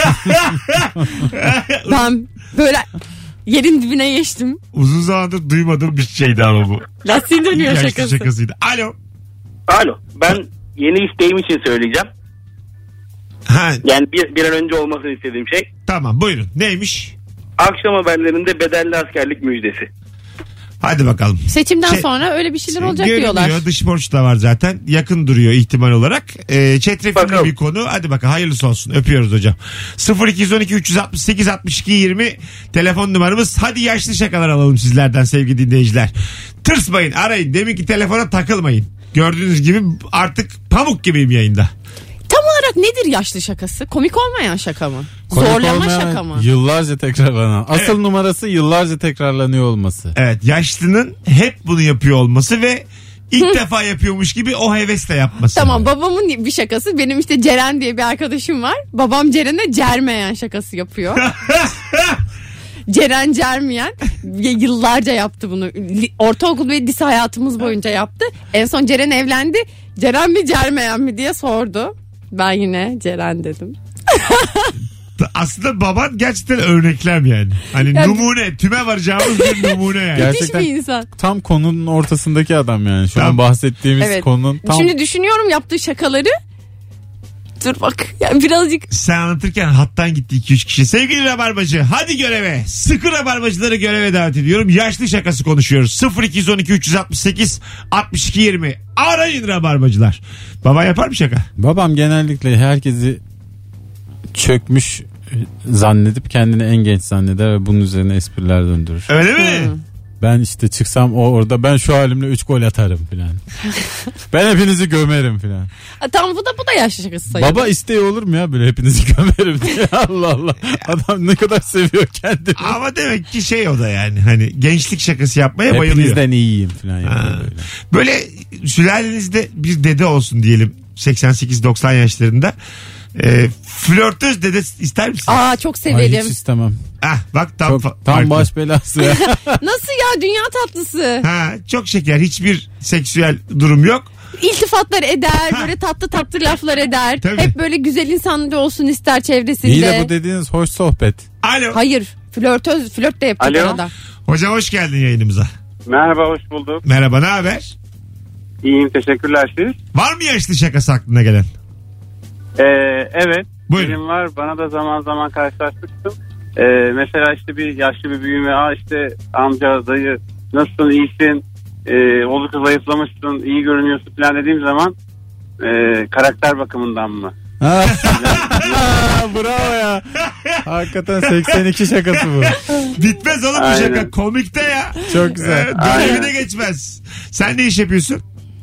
Speaker 3: Ben böyle yerin dibine geçtim.
Speaker 2: Uzun zamandır duymadığım bir şeydi ama bu.
Speaker 3: Lastiğin dönüyor
Speaker 2: Yaşlı
Speaker 3: şakası.
Speaker 2: şakasıydı. Alo.
Speaker 6: Alo, ben yeni isteğim için söyleyeceğim.
Speaker 2: Ha,
Speaker 6: Yani bir, bir an önce olmasını istediğim şey.
Speaker 2: tamam buyurun. Neymiş?
Speaker 6: Akşam haberlerinde bedelli askerlik müjdesi.
Speaker 2: Hadi bakalım.
Speaker 3: Seçimden
Speaker 2: Şey-
Speaker 3: sonra öyle bir şeyler olacak
Speaker 2: Görünüyor,
Speaker 3: diyorlar.
Speaker 2: dış borç da var zaten. Yakın duruyor ihtimal olarak. Ee, çetrefilli
Speaker 6: Bakalım.
Speaker 2: bir konu. Hadi bakalım hayırlısı olsun. Öpüyoruz hocam. sıfır iki yüz on iki üç yüz altmış sekiz altmış iki yirmi telefon numaramız. Hadi yaşlı şakalar alalım sizlerden sevgili dinleyiciler. Tırsmayın, arayın. Deminki telefona takılmayın. Gördüğünüz gibi artık pamuk gibiyim yayında.
Speaker 3: Tam olarak nedir yaşlı şakası? Komik olmayan şaka mı?
Speaker 4: Komik
Speaker 3: Zorlama
Speaker 4: olmayan,
Speaker 3: şaka mı?
Speaker 4: Yıllarca tekrarlanan. Asıl
Speaker 2: Evet.
Speaker 4: numarası yıllarca tekrarlanıyor olması.
Speaker 2: Evet, yaşlının hep bunu yapıyor olması ve ilk defa yapıyormuş gibi o hevesle yapması.
Speaker 3: Tamam, babamın bir şakası. Benim işte Ceren diye bir arkadaşım var. Babam Ceren'e cermeyen şakası yapıyor. Ceren cermeyen yıllarca yaptı bunu. Li- Ortaokul ve lise hayatımız boyunca yaptı. En son Ceren evlendi. Ceren mi cermeyen mi diye sordu. Ben yine Ceren dedim.
Speaker 2: Aslında baban gerçekten örneklem yani. Hani
Speaker 3: Yani-
Speaker 2: numune, tüme varacağımız bir numune yani.
Speaker 4: Gel-
Speaker 3: Müthiş
Speaker 4: Gerçekten-
Speaker 3: bir insan.
Speaker 4: Tam konunun ortasındaki adam yani. Şu
Speaker 2: Tam-
Speaker 4: an bahsettiğimiz
Speaker 3: Evet.
Speaker 4: konunun tam...
Speaker 3: Şimdi düşünüyorum yaptığı şakaları. Dur bak. Yani birazcık
Speaker 2: Sen anlatırken hattan gitti iki üç kişi. Sevgili Rabarbacı hadi göreve. Sıkı Rabarbacıları göreve davet ediyorum. Yaşlı şakası konuşuyoruz. sıfır iki yüz on iki üç yüz altmış sekiz altmış iki yirmi. Arayın Rabarbacılar. Baba yapar mı şaka?
Speaker 4: Babam genellikle herkesi çökmüş zannedip kendini en genç zanneder ve bunun üzerine espriler döndürür.
Speaker 2: Öyle mi?
Speaker 3: Hmm.
Speaker 4: Ben işte çıksam o orada ben şu halimle üç gol atarım filan. Ben hepinizi gömerim filan.
Speaker 3: Ha, tamam, bu da bu da yaşlı şakası sayılır.
Speaker 4: Baba isteği olur mu ya böyle hepinizi gömerim diye. Allah Allah. Adam ne kadar seviyor kendini.
Speaker 2: Ama demek ki şey o da yani. Hani gençlik şakası yapmaya bayılıyor.
Speaker 4: Hepinizden iyiyim filan.
Speaker 2: Ha.
Speaker 4: Yani böyle.
Speaker 2: Böyle sülalenizde bir dede olsun diyelim. seksen sekiz doksan yaşlarında. E, flörtöz dede ister misin?
Speaker 3: Aa, çok
Speaker 4: Ay,
Speaker 3: severim.
Speaker 4: hiç istemem.
Speaker 2: Ah bak tam,
Speaker 4: Çok,
Speaker 2: fa-
Speaker 4: tam
Speaker 2: farklı.
Speaker 4: baş belası ya.
Speaker 3: Nasıl ya, dünya tatlısı.
Speaker 2: Ha, çok şeker, hiçbir seksüel durum yok.
Speaker 3: İltifatlar eder, böyle tatlı tatlı laflar eder.
Speaker 2: Tabii.
Speaker 3: Hep böyle güzel insanlı olsun ister çevresinde.
Speaker 4: İyi de bu dediğiniz hoş sohbet.
Speaker 2: Alo.
Speaker 3: Hayır, flörtöz, flört de yapıyor
Speaker 6: Alo.
Speaker 3: arada.
Speaker 2: Hocam hoş geldin yayınımıza.
Speaker 7: Merhaba, hoş bulduk.
Speaker 2: Merhaba, ne haber?
Speaker 7: İyiyim, teşekkürler siz.
Speaker 2: Var mı yaşlı şakası aklına gelen?
Speaker 7: Ee, evet.
Speaker 2: Buyurun.
Speaker 7: Benim var. Bana da zaman zaman karşılaşmıştım. Ee, mesela işte bir yaşlı bir büyüğüme, aa işte amca, dayı nasılsın, iyisin, ee, oldukça zayıflamışsın, iyi görünüyorsun falan dediğim zaman ee, karakter bakımından mı?
Speaker 4: Bravo ya. Hakikaten seksen iki şakası bu.
Speaker 2: Bitmez oğlum bu
Speaker 7: Aynen.
Speaker 2: şaka. Komikte ya.
Speaker 4: Çok güzel.
Speaker 2: Ee, Dönemine geçmez. Sen ne iş yapıyorsun?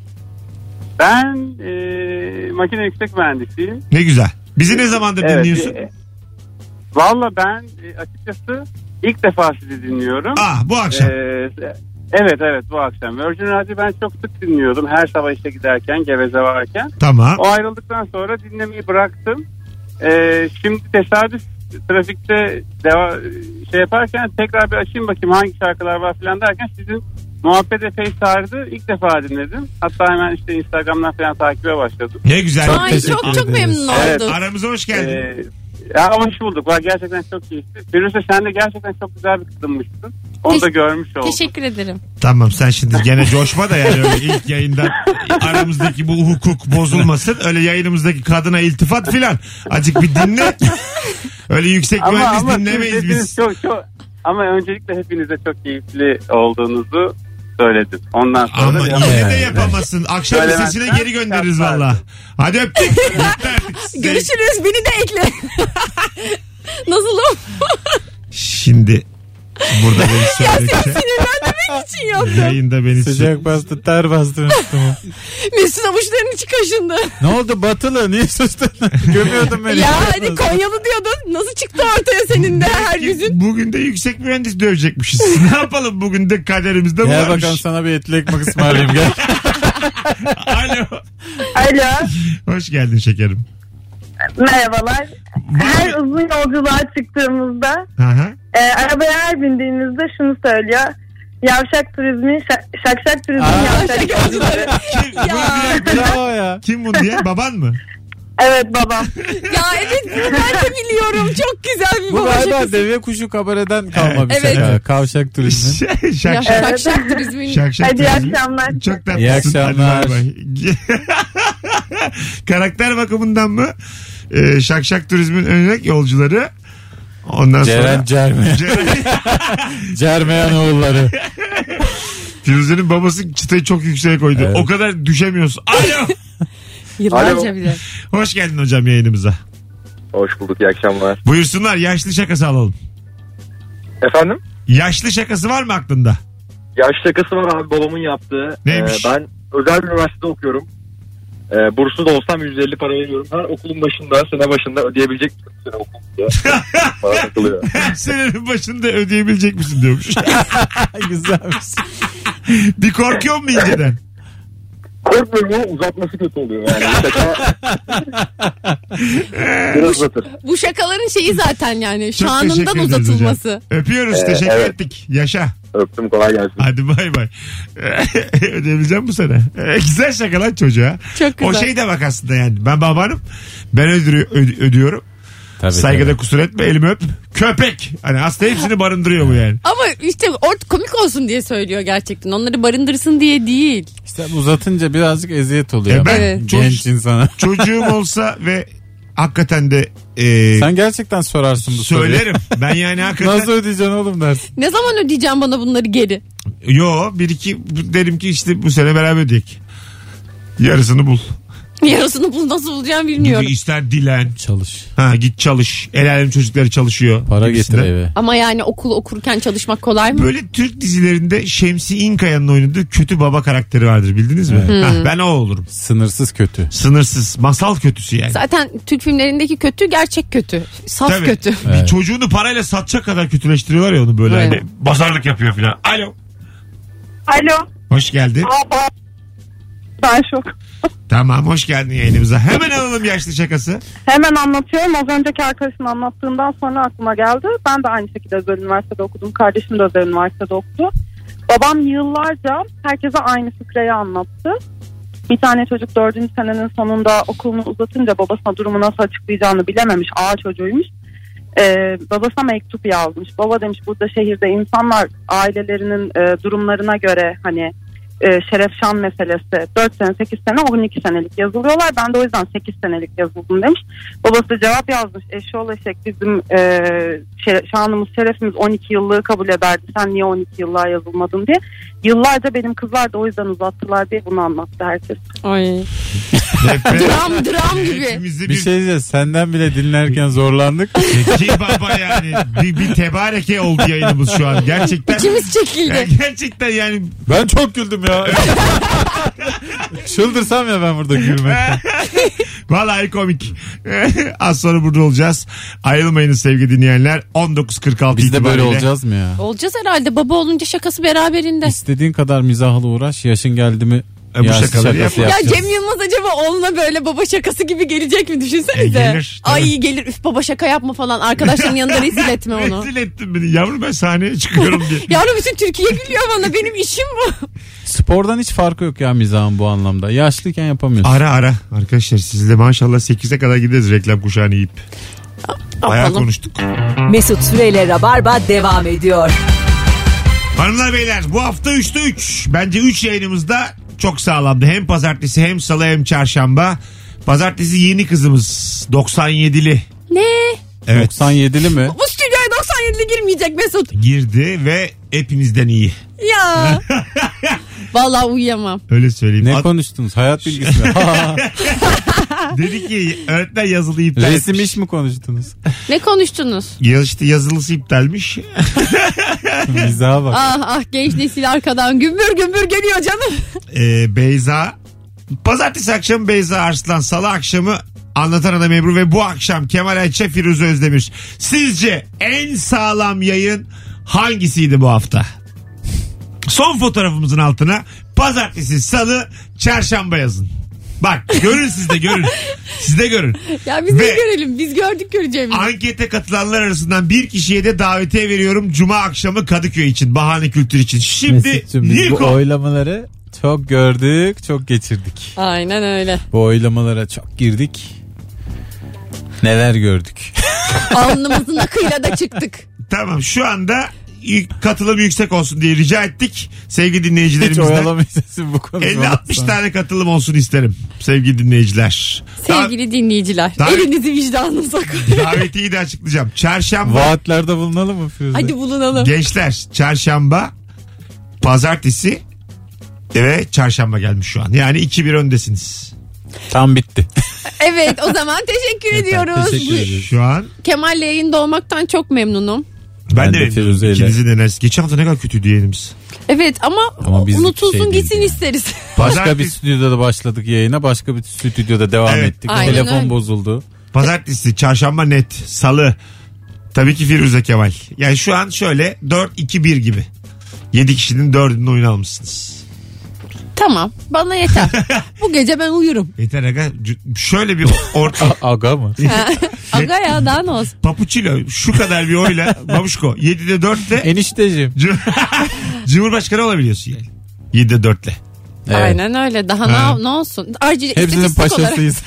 Speaker 7: Ben ee, makine yüksek mühendisiyim.
Speaker 2: Ne güzel. Bizi ne zamandır
Speaker 7: Evet,
Speaker 2: dinliyorsun?
Speaker 7: e, Valla ben e, açıkçası ilk defa sizi dinliyorum.
Speaker 2: Ah, bu akşam.
Speaker 7: Ee, evet evet bu akşam. Virgin Radio'yu ben çok sık dinliyordum. Her sabah işe giderken, Geveze varken.
Speaker 2: Tamam.
Speaker 7: O ayrıldıktan sonra dinlemeyi bıraktım. Ee, şimdi tesadüf trafikte deva, şey yaparken tekrar bir açayım bakayım hangi şarkılar var falan derken sizin muhabbet epey sardı. İlk defa dinledim. Hatta hemen işte Instagram'dan falan takibe başladım.
Speaker 2: Ne güzel.
Speaker 4: Çok
Speaker 3: Ay
Speaker 4: teşekkür
Speaker 3: çok çok
Speaker 4: ederiz.
Speaker 3: memnun
Speaker 7: Evet.
Speaker 3: oldum.
Speaker 2: Aramıza hoş geldin.
Speaker 7: Ee, ya hoş bulduk. Var gerçekten çok keyifli. Firuze sen de gerçekten çok güzel bir kadınmışsın. Onu da
Speaker 3: Teş-
Speaker 7: görmüş oldum.
Speaker 3: Teşekkür ederim.
Speaker 2: Tamam, sen şimdi gene coşma da yani öyle ilk yayından aramızdaki bu hukuk bozulmasın. Öyle yayınımızdaki kadına iltifat filan. Azıcık bir dinle. Öyle yüksek
Speaker 7: Ama,
Speaker 2: mühendis
Speaker 7: ama
Speaker 2: dinlemeyiz
Speaker 7: siz
Speaker 2: biz.
Speaker 7: hepiniz çok, çok, ama öncelikle hepinize çok keyifli olduğunuzu söyledim. Ondan sonra
Speaker 2: Ama
Speaker 7: da
Speaker 2: yine de
Speaker 4: Evet.
Speaker 2: yapamazsın. Akşam
Speaker 7: Söylemezsen
Speaker 2: sesine geri göndeririz
Speaker 7: şart
Speaker 2: valla. Hadi öptük. Bitti artık.
Speaker 3: Görüşürüz. Beni de ekle. Nasılım?
Speaker 2: Şimdi burada beni söyledikçe
Speaker 3: Sinirlendirmek için yaptım.
Speaker 2: yayında beni
Speaker 4: Sıcak bastı, ter bastı üstüme.
Speaker 3: Mesut avuçlarını içi kaşındı.
Speaker 4: Ne oldu Batılı? Niye sustun? Gömüyordun beni.
Speaker 3: Ya hadi Konyalı diyordun. Nasıl çıktı ortaya senin de her yüzün?
Speaker 2: Bugün de yüksek mühendis dövecekmişiz. Ne yapalım, bugün de kaderimizde bu
Speaker 4: Gel
Speaker 2: varmış.
Speaker 4: bakalım sana bir etli ekmek ısmarlayayım gel.
Speaker 2: Alo.
Speaker 8: Alo,
Speaker 2: Hoş geldin şekerim.
Speaker 8: merhabalar. Her
Speaker 2: Var mı?
Speaker 8: uzun yolculuğa çıktığımızda,
Speaker 2: Aha.
Speaker 8: e, arabaya her bindiğinizde şunu söylüyor. Yavşak turizmi, şak, şakşak turizmi,
Speaker 4: Aa,
Speaker 8: yavşak yolcuları.
Speaker 2: Kim, bunu diyen,
Speaker 4: Bravo ya.
Speaker 2: kim bunu diyen? Baban mı?
Speaker 8: Evet babam.
Speaker 3: Ya evet bunu ben de biliyorum. Çok güzel bir
Speaker 4: Bu
Speaker 3: baba
Speaker 4: galiba
Speaker 3: şakası.
Speaker 4: deve kuşu kabareden kalma bir
Speaker 3: Evet.
Speaker 4: şaka. Kavşak turizmi.
Speaker 2: şak
Speaker 3: Ya,
Speaker 2: şak.
Speaker 3: şak şak turizmin.
Speaker 2: Şak şak.
Speaker 8: Hadi iyi
Speaker 2: turizmi.
Speaker 8: akşamlar.
Speaker 2: Çok tatlısın.
Speaker 4: İyi akşamlar.
Speaker 2: Hadi bay bay. Karakter bakımından mı? Ee, şak şak turizmin örnek yolcuları. Ondan
Speaker 4: Ceren
Speaker 2: sonra.
Speaker 4: Cerme.
Speaker 2: Ceren.
Speaker 4: Cermeyan oğulları.
Speaker 2: Firuze'nin babası çıtayı çok yükseğe koydu.
Speaker 4: Evet.
Speaker 2: O kadar düşemiyorsun. Alo.
Speaker 3: Yıllarca
Speaker 5: Alo.
Speaker 3: bile.
Speaker 2: Hoş geldin hocam yayınımıza.
Speaker 5: Hoş bulduk, iyi akşamlar.
Speaker 2: Buyursunlar, yaşlı şakası alalım.
Speaker 5: Efendim?
Speaker 2: Yaşlı şakası var mı aklında?
Speaker 5: Yaş şakası var abi, babamın yaptığı.
Speaker 2: Neymiş?
Speaker 5: Ee, ben özel bir üniversitede okuyorum. Ee, burslu da olsam yüz elli para veriyorum. Her okulun başında, sene başında ödeyebilecek misin sene okulunda? Bana takılıyor.
Speaker 2: Senenin başında ödeyebilecek misin diyormuş.
Speaker 4: Güzelmiş.
Speaker 2: Bir korkuyor mu inceden?
Speaker 5: Korkmuyorum ama uzatması kötü oluyor. Yani şaka biraz uzatır.
Speaker 3: Bu şakaların şeyi zaten yani.
Speaker 2: Çok
Speaker 3: Şanından
Speaker 2: teşekkür ederiz
Speaker 3: uzatılması.
Speaker 2: hocam. Öpüyoruz.
Speaker 5: Ee,
Speaker 2: teşekkür
Speaker 5: evet.
Speaker 2: ettik. Yaşa.
Speaker 5: Öptüm, kolay gelsin.
Speaker 2: Hadi bay bay. Ödeyebileceğim bu sene. Ee, güzel şaka lan çocuğa.
Speaker 3: Çok güzel.
Speaker 2: O şey de bak aslında yani. Ben babanım. Ben ödürü- öd- ödüyorum.
Speaker 4: Tabii,
Speaker 2: Saygıda
Speaker 4: tabii.
Speaker 2: kusur etme, elimi öp. Köpek. Hani aslında hepsini barındırıyor bu yani.
Speaker 3: Ama işte ort komik olsun diye söylüyor gerçekten. Onları barındırsın diye değil.
Speaker 4: İşte uzatınca birazcık eziyet oluyor.
Speaker 2: E ben
Speaker 3: Evet.
Speaker 4: Genç insana.
Speaker 2: Çocuğum olsa ve hakikaten de e,
Speaker 4: Sen gerçekten sorarsın bu soruyu.
Speaker 2: söylerim. Ben yani hakikaten.
Speaker 4: Nasıl ödeyeceksin oğlum dersin.
Speaker 3: Ne zaman ödeyeceğim bana bunları geri?
Speaker 2: Yo, bir iki derim ki işte bu sene beraber ödeyek. Yarısını bul.
Speaker 3: Yarısını bul nasıl bulacağım bilmiyorum.
Speaker 2: Gibi ister dilen.
Speaker 4: Çalış.
Speaker 2: Ha, git çalış. El alem çocukları çalışıyor.
Speaker 4: Para
Speaker 2: gibisinden.
Speaker 4: getir eve.
Speaker 3: Ama yani okul okurken çalışmak kolay mı?
Speaker 2: Böyle Türk dizilerinde Şemsi İnkaya'nın oynadığı kötü baba karakteri vardır, bildiniz mi?
Speaker 4: Evet.
Speaker 2: Hah, ben o olurum.
Speaker 4: Sınırsız kötü.
Speaker 2: Sınırsız. Masal kötüsü yani.
Speaker 3: Zaten Türk filmlerindeki kötü gerçek kötü. Saf
Speaker 2: Tabii.
Speaker 3: kötü.
Speaker 2: Bir
Speaker 4: Evet.
Speaker 2: çocuğunu parayla satacak kadar kötüleştiriyorlar ya onu böyle.
Speaker 3: Evet.
Speaker 2: Hani pazarlık yapıyor filan. Alo.
Speaker 8: Alo.
Speaker 2: Hoş geldin.
Speaker 8: Ben şok.
Speaker 2: Tamam, hoş geldin yayınımıza. Hemen alalım yaşlı şakası.
Speaker 8: Hemen anlatıyorum. Az önceki arkadaşın anlattığından sonra aklıma geldi. Ben de aynı şekilde özel üniversitede okudum. Kardeşim de özel üniversitede okudu. Babam yıllarca herkese aynı fıkrayı anlattı. Bir tane çocuk dördüncü senenin sonunda okulunu uzatınca babasına durumu nasıl açıklayacağını bilememiş. Ağa çocuğuymuş. Ee, babasına mektup yazmış. Baba demiş burada şehirde insanlar ailelerinin e, durumlarına göre hani e, şeref şan meselesi dört sene sekiz sene on iki senelik yazılıyorlar. Ben de o yüzden sekiz senelik yazıldım demiş. Babası da cevap yazmış. Eşşoğlu eşek bizim e, şer- şanımız şerefimiz on iki yıllığı kabul ederdi. Sen niye on iki yıllığa yazılmadın diye. Yıllarca benim kızlar da o yüzden uzattılar diye bunu anlattı herkes.
Speaker 3: Ay. dram dram gibi.
Speaker 2: Hepimizde
Speaker 4: Bir şey diyeceğiz. Senden bile dinlerken zorlandık.
Speaker 2: Ki baba yani bir, bir tebareke oldu yayınımız şu an. Gerçekten.
Speaker 3: İçimiz çekildi.
Speaker 2: Yani gerçekten yani.
Speaker 4: Ben çok güldüm ya. Çıldırsam ya ben burada gülmekten.
Speaker 2: Vallahi komik. Az sonra burada olacağız. Ayrılmayınız sevgili dinleyenler. on dokuz kırk altı
Speaker 4: Biz de böyle
Speaker 2: itibariyle.
Speaker 4: olacağız mı ya?
Speaker 3: Olacağız herhalde. Baba olunca şakası beraberinde.
Speaker 4: İstediğin kadar mizahla uğraş. Yaşın geldi mi?
Speaker 2: E, bu
Speaker 4: yaşlı
Speaker 2: şakaları
Speaker 4: şakası
Speaker 2: yapma.
Speaker 3: Ya
Speaker 4: yapacağız.
Speaker 3: Cem Yılmaz acaba oğluna böyle baba şakası gibi gelecek mi düşünsenize.
Speaker 2: E, gelir, tabii.
Speaker 3: Ay gelir üf baba şaka yapma falan. Arkadaşların yanında rezil etme onu.
Speaker 2: Rezil ettin beni. Yavrum ben sahneye çıkıyorum diye.
Speaker 3: Yavrum bütün Türkiye gülüyor bana. Benim işim bu.
Speaker 4: Spordan hiç farkı yok ya mizahın bu anlamda. Yaşlıyken yapamıyorsun.
Speaker 2: Ara ara. Arkadaşlar siz de maşallah sekize kadar gideriz reklam kuşağını yiyip. Bayağı
Speaker 3: Yapalım.
Speaker 2: konuştuk.
Speaker 1: Mesut Süreyle Rabarba devam ediyor.
Speaker 2: Hanımlar beyler bu hafta üçte üç. Bence üç yayınımızda çok sağlamdı. Hem pazartesi hem salı hem çarşamba. Pazartesi yeni kızımız doksan yedili.
Speaker 3: Ne?
Speaker 2: Evet.
Speaker 4: doksan yedili mi?
Speaker 3: Bu stüdyoya doksan yedili girmeyecek Mesut.
Speaker 2: Girdi ve hepinizden iyi.
Speaker 3: Ya. Vallahi uyuyamam.
Speaker 2: Öyle söyleyeyim.
Speaker 4: Ne
Speaker 2: Ad-
Speaker 4: konuştunuz? Hayat bilgisi mi?
Speaker 2: Dedi ki öğretmen yazılı iptal
Speaker 4: Resim
Speaker 2: etmiş.
Speaker 4: iş mi konuştunuz?
Speaker 3: Ne konuştunuz?
Speaker 2: Ya işte yazılısı iptalmiş.
Speaker 4: Mizaha bak.
Speaker 3: Ah ah genç nesil arkadan gümbür gümbür geliyor canım.
Speaker 2: Ee, Beyza pazartesi akşamı Beyza Arslan, salı akşamı Anlatan Adam Ebru ve bu akşam Kemal Ayça, Firuze Özdemir. Sizce en sağlam yayın hangisiydi bu hafta? Son fotoğrafımızın altına pazartesi, salı, çarşamba yazın. Bak görün siz de görün. Siz de görün.
Speaker 3: Ya biz
Speaker 2: Ve-
Speaker 3: de görelim. Biz gördük göreceğimizi.
Speaker 2: Ankete katılanlar arasından bir kişiye de davetiye veriyorum Cuma akşamı Kadıköy için, bahane kültür için. Şimdi
Speaker 4: Mesut'cum biz bu
Speaker 2: Niko.
Speaker 4: oylamaları çok gördük, çok geçirdik.
Speaker 3: Aynen öyle.
Speaker 4: Bu oylamalara çok girdik. Neler gördük.
Speaker 3: Alnımızın akıyla da çıktık.
Speaker 2: Tamam şu anda y- katılım yüksek olsun diye rica ettik. Sevgili
Speaker 4: Hiç
Speaker 2: dinleyicilerimizden
Speaker 4: oyalamayacaksın bu konuda.
Speaker 2: elli altmış tane katılım olsun isterim sevgili dinleyiciler.
Speaker 3: Sevgili dinleyiciler.
Speaker 2: Daha-
Speaker 3: Elinizi vicdanınıza koyun.
Speaker 2: Da- davetiyi de açıklayacağım. Çarşamba
Speaker 4: Vaatlerde bulunalım mı Firuze?
Speaker 3: Hadi bulunalım.
Speaker 2: gençler, çarşamba, pazartesi ve çarşamba gelmiş şu an. Yani iki bir öndesiniz.
Speaker 4: Tam bitti.
Speaker 3: Evet o zaman teşekkür ediyoruz.
Speaker 4: teşekkür
Speaker 3: Bu-
Speaker 4: ederim.
Speaker 2: Şu an
Speaker 3: Kemal'le yayında olmaktan çok memnunum.
Speaker 2: ben,
Speaker 4: Ben
Speaker 2: de,
Speaker 4: de Firuze'yle.
Speaker 2: ikinizin enerjisi. Geçen hafta ne kadar kötüydü yayınımız.
Speaker 3: Evet ama,
Speaker 4: Ama bizlik
Speaker 3: unutulsun
Speaker 4: şey değil
Speaker 3: gitsin
Speaker 4: yani.
Speaker 3: isteriz.
Speaker 4: Başka bir
Speaker 2: Pazartesi,
Speaker 4: stüdyoda başladık yayına. Başka bir stüdyoda devam
Speaker 2: Evet.
Speaker 4: ettik.
Speaker 3: Aynen
Speaker 4: Telefon
Speaker 3: öyle.
Speaker 4: bozuldu.
Speaker 2: pazartesi, çarşamba net, salı tabii ki Firuze Kemal. Yani şu an şöyle dört iki bir gibi. yedi kişinin dördünün oyunu almışsınız.
Speaker 3: Tamam bana yeter. Bu gece ben uyurum.
Speaker 2: Yeter aga. C- Şöyle bir orta
Speaker 4: Aga mı?
Speaker 3: Aga ya daha ne olsun.
Speaker 2: papuçilo şu kadar bir oyla babuşko yedide dörtle
Speaker 4: Enişteciğim.
Speaker 2: C- Cumhurbaşkanı olabiliyorsun yani. yedide dörtle.
Speaker 4: Evet.
Speaker 3: Aynen öyle. Daha
Speaker 2: Ha.
Speaker 3: ne, ne olsun. Ayrıca
Speaker 4: Hepsinin
Speaker 3: istatistik olarak-
Speaker 4: paşasıyız.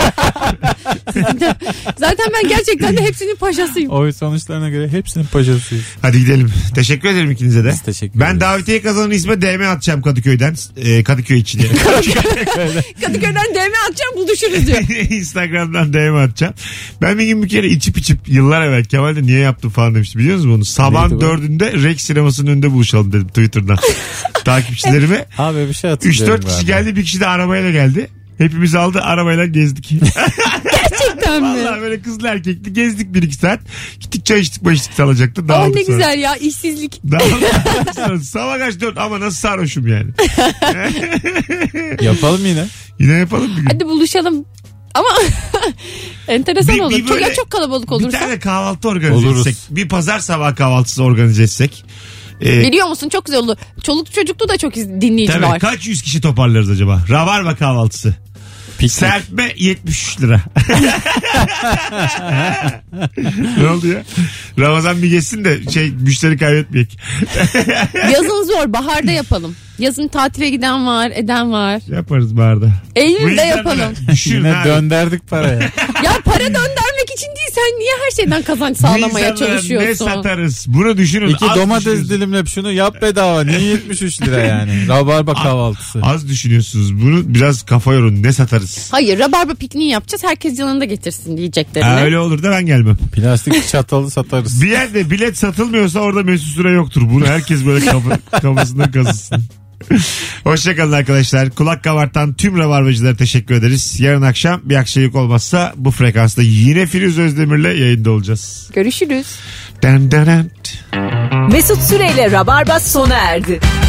Speaker 3: Zaten ben gerçekten de hepsinin paşasıyım.
Speaker 4: Oy sonuçlarına göre hepsinin paşasıyız.
Speaker 2: Hadi gidelim. Teşekkür ederim ikinize de.
Speaker 4: Biz teşekkür
Speaker 2: Ben
Speaker 4: ederiz.
Speaker 2: davetiye kazanan isme D M atacağım Kadıköy'den. Ee, Kadıköy için yani.
Speaker 3: Kadıköy'den D M atacağım buluşuruz diyor.
Speaker 2: Instagram'dan D M atacağım. Ben bir gün bir kere içip içip yıllar evvel Kemal'de niye yaptım falan demişti. Biliyor musunuz bunu? Sabahın
Speaker 4: Neydi bu?
Speaker 2: dördünde Rex sinemasının önünde buluşalım dedim Twitter'dan. Takipçilerime.
Speaker 4: Abi bir şey
Speaker 2: üç
Speaker 4: hatırlıyorum
Speaker 2: dört kişi
Speaker 4: galiba.
Speaker 2: geldi, bir kişi de arabayla geldi. Hepimiz aldı, arabayla gezdik.
Speaker 3: Gerçekten mi?
Speaker 2: Vallahi böyle kızlı erkekli gezdik bir iki saat. Gittik çay içtik, başlık salacaktı.
Speaker 3: Oh
Speaker 2: Dağıldık
Speaker 3: ne
Speaker 2: sonra.
Speaker 3: güzel ya işsizlik.
Speaker 2: Dağıldık sonra. Sabah kaç dört ama nasıl sarhoşum yani.
Speaker 4: Yapalım yine.
Speaker 2: Yine yapalım bir gün.
Speaker 3: Hadi buluşalım. Ama enteresan
Speaker 2: Bir-
Speaker 3: olur.
Speaker 2: bir
Speaker 3: çok,
Speaker 2: böyle-
Speaker 3: ya çok kalabalık
Speaker 2: Bir
Speaker 3: olursa.
Speaker 2: tane kahvaltı organize
Speaker 4: Oluruz.
Speaker 2: etsek. Bir pazar sabah kahvaltısı organize etsek. Ee,
Speaker 3: Biliyor musun çok güzel olur. Çoluk çocuklu da çok iz- dinleyici
Speaker 2: tabii,
Speaker 3: var.
Speaker 2: kaç yüz kişi toparlarız acaba? Rabarba kahvaltısı.
Speaker 4: Piknik.
Speaker 2: Serpme yetmiş üç lira. Ne oldu ya? Ramazan bir geçsin de şey müşteri kaybetmeyek.
Speaker 3: Yazın zor baharda yapalım. Yazın tatile giden var, eden var.
Speaker 2: Yaparız barda.
Speaker 3: Eylül'de yapalım.
Speaker 2: Düşün
Speaker 4: Yine
Speaker 2: abi.
Speaker 4: dönderdik paraya.
Speaker 3: Ya para döndürmek için değil, sen niye her şeyden kazanç sağlamaya
Speaker 2: Bu insanlara
Speaker 3: çalışıyorsun?
Speaker 2: Ne satarız? Bunu düşünün.
Speaker 4: İki
Speaker 2: Az
Speaker 4: domates
Speaker 2: düşünüyorsunuz.
Speaker 4: dilimle şunu yap bedava. Niye yetmiş üç lira yani? Rabarba kahvaltısı.
Speaker 2: Az düşünüyorsunuz. Bunu biraz kafa yorun. Ne satarız?
Speaker 3: Hayır, rabarba pikniği yapacağız. Herkes yanında getirsin diyeceklerini.
Speaker 2: Ha, öyle olur da ben gelmem.
Speaker 4: Plastik çatalı satarız.
Speaker 2: Bir yerde bilet satılmıyorsa orada Mesut Süre yoktur. Bunu herkes böyle kafa, kafasında kazısın. Hoşçakalın arkadaşlar. Kulak kabartan tüm rabarbacılara teşekkür ederiz. Yarın akşam bir aksilik olmazsa bu frekansta yine Firuze Özdemir'le yayında olacağız.
Speaker 3: Görüşürüz.
Speaker 2: Dan dan dan.
Speaker 1: Mesut Süreyle Rabarba sona erdi.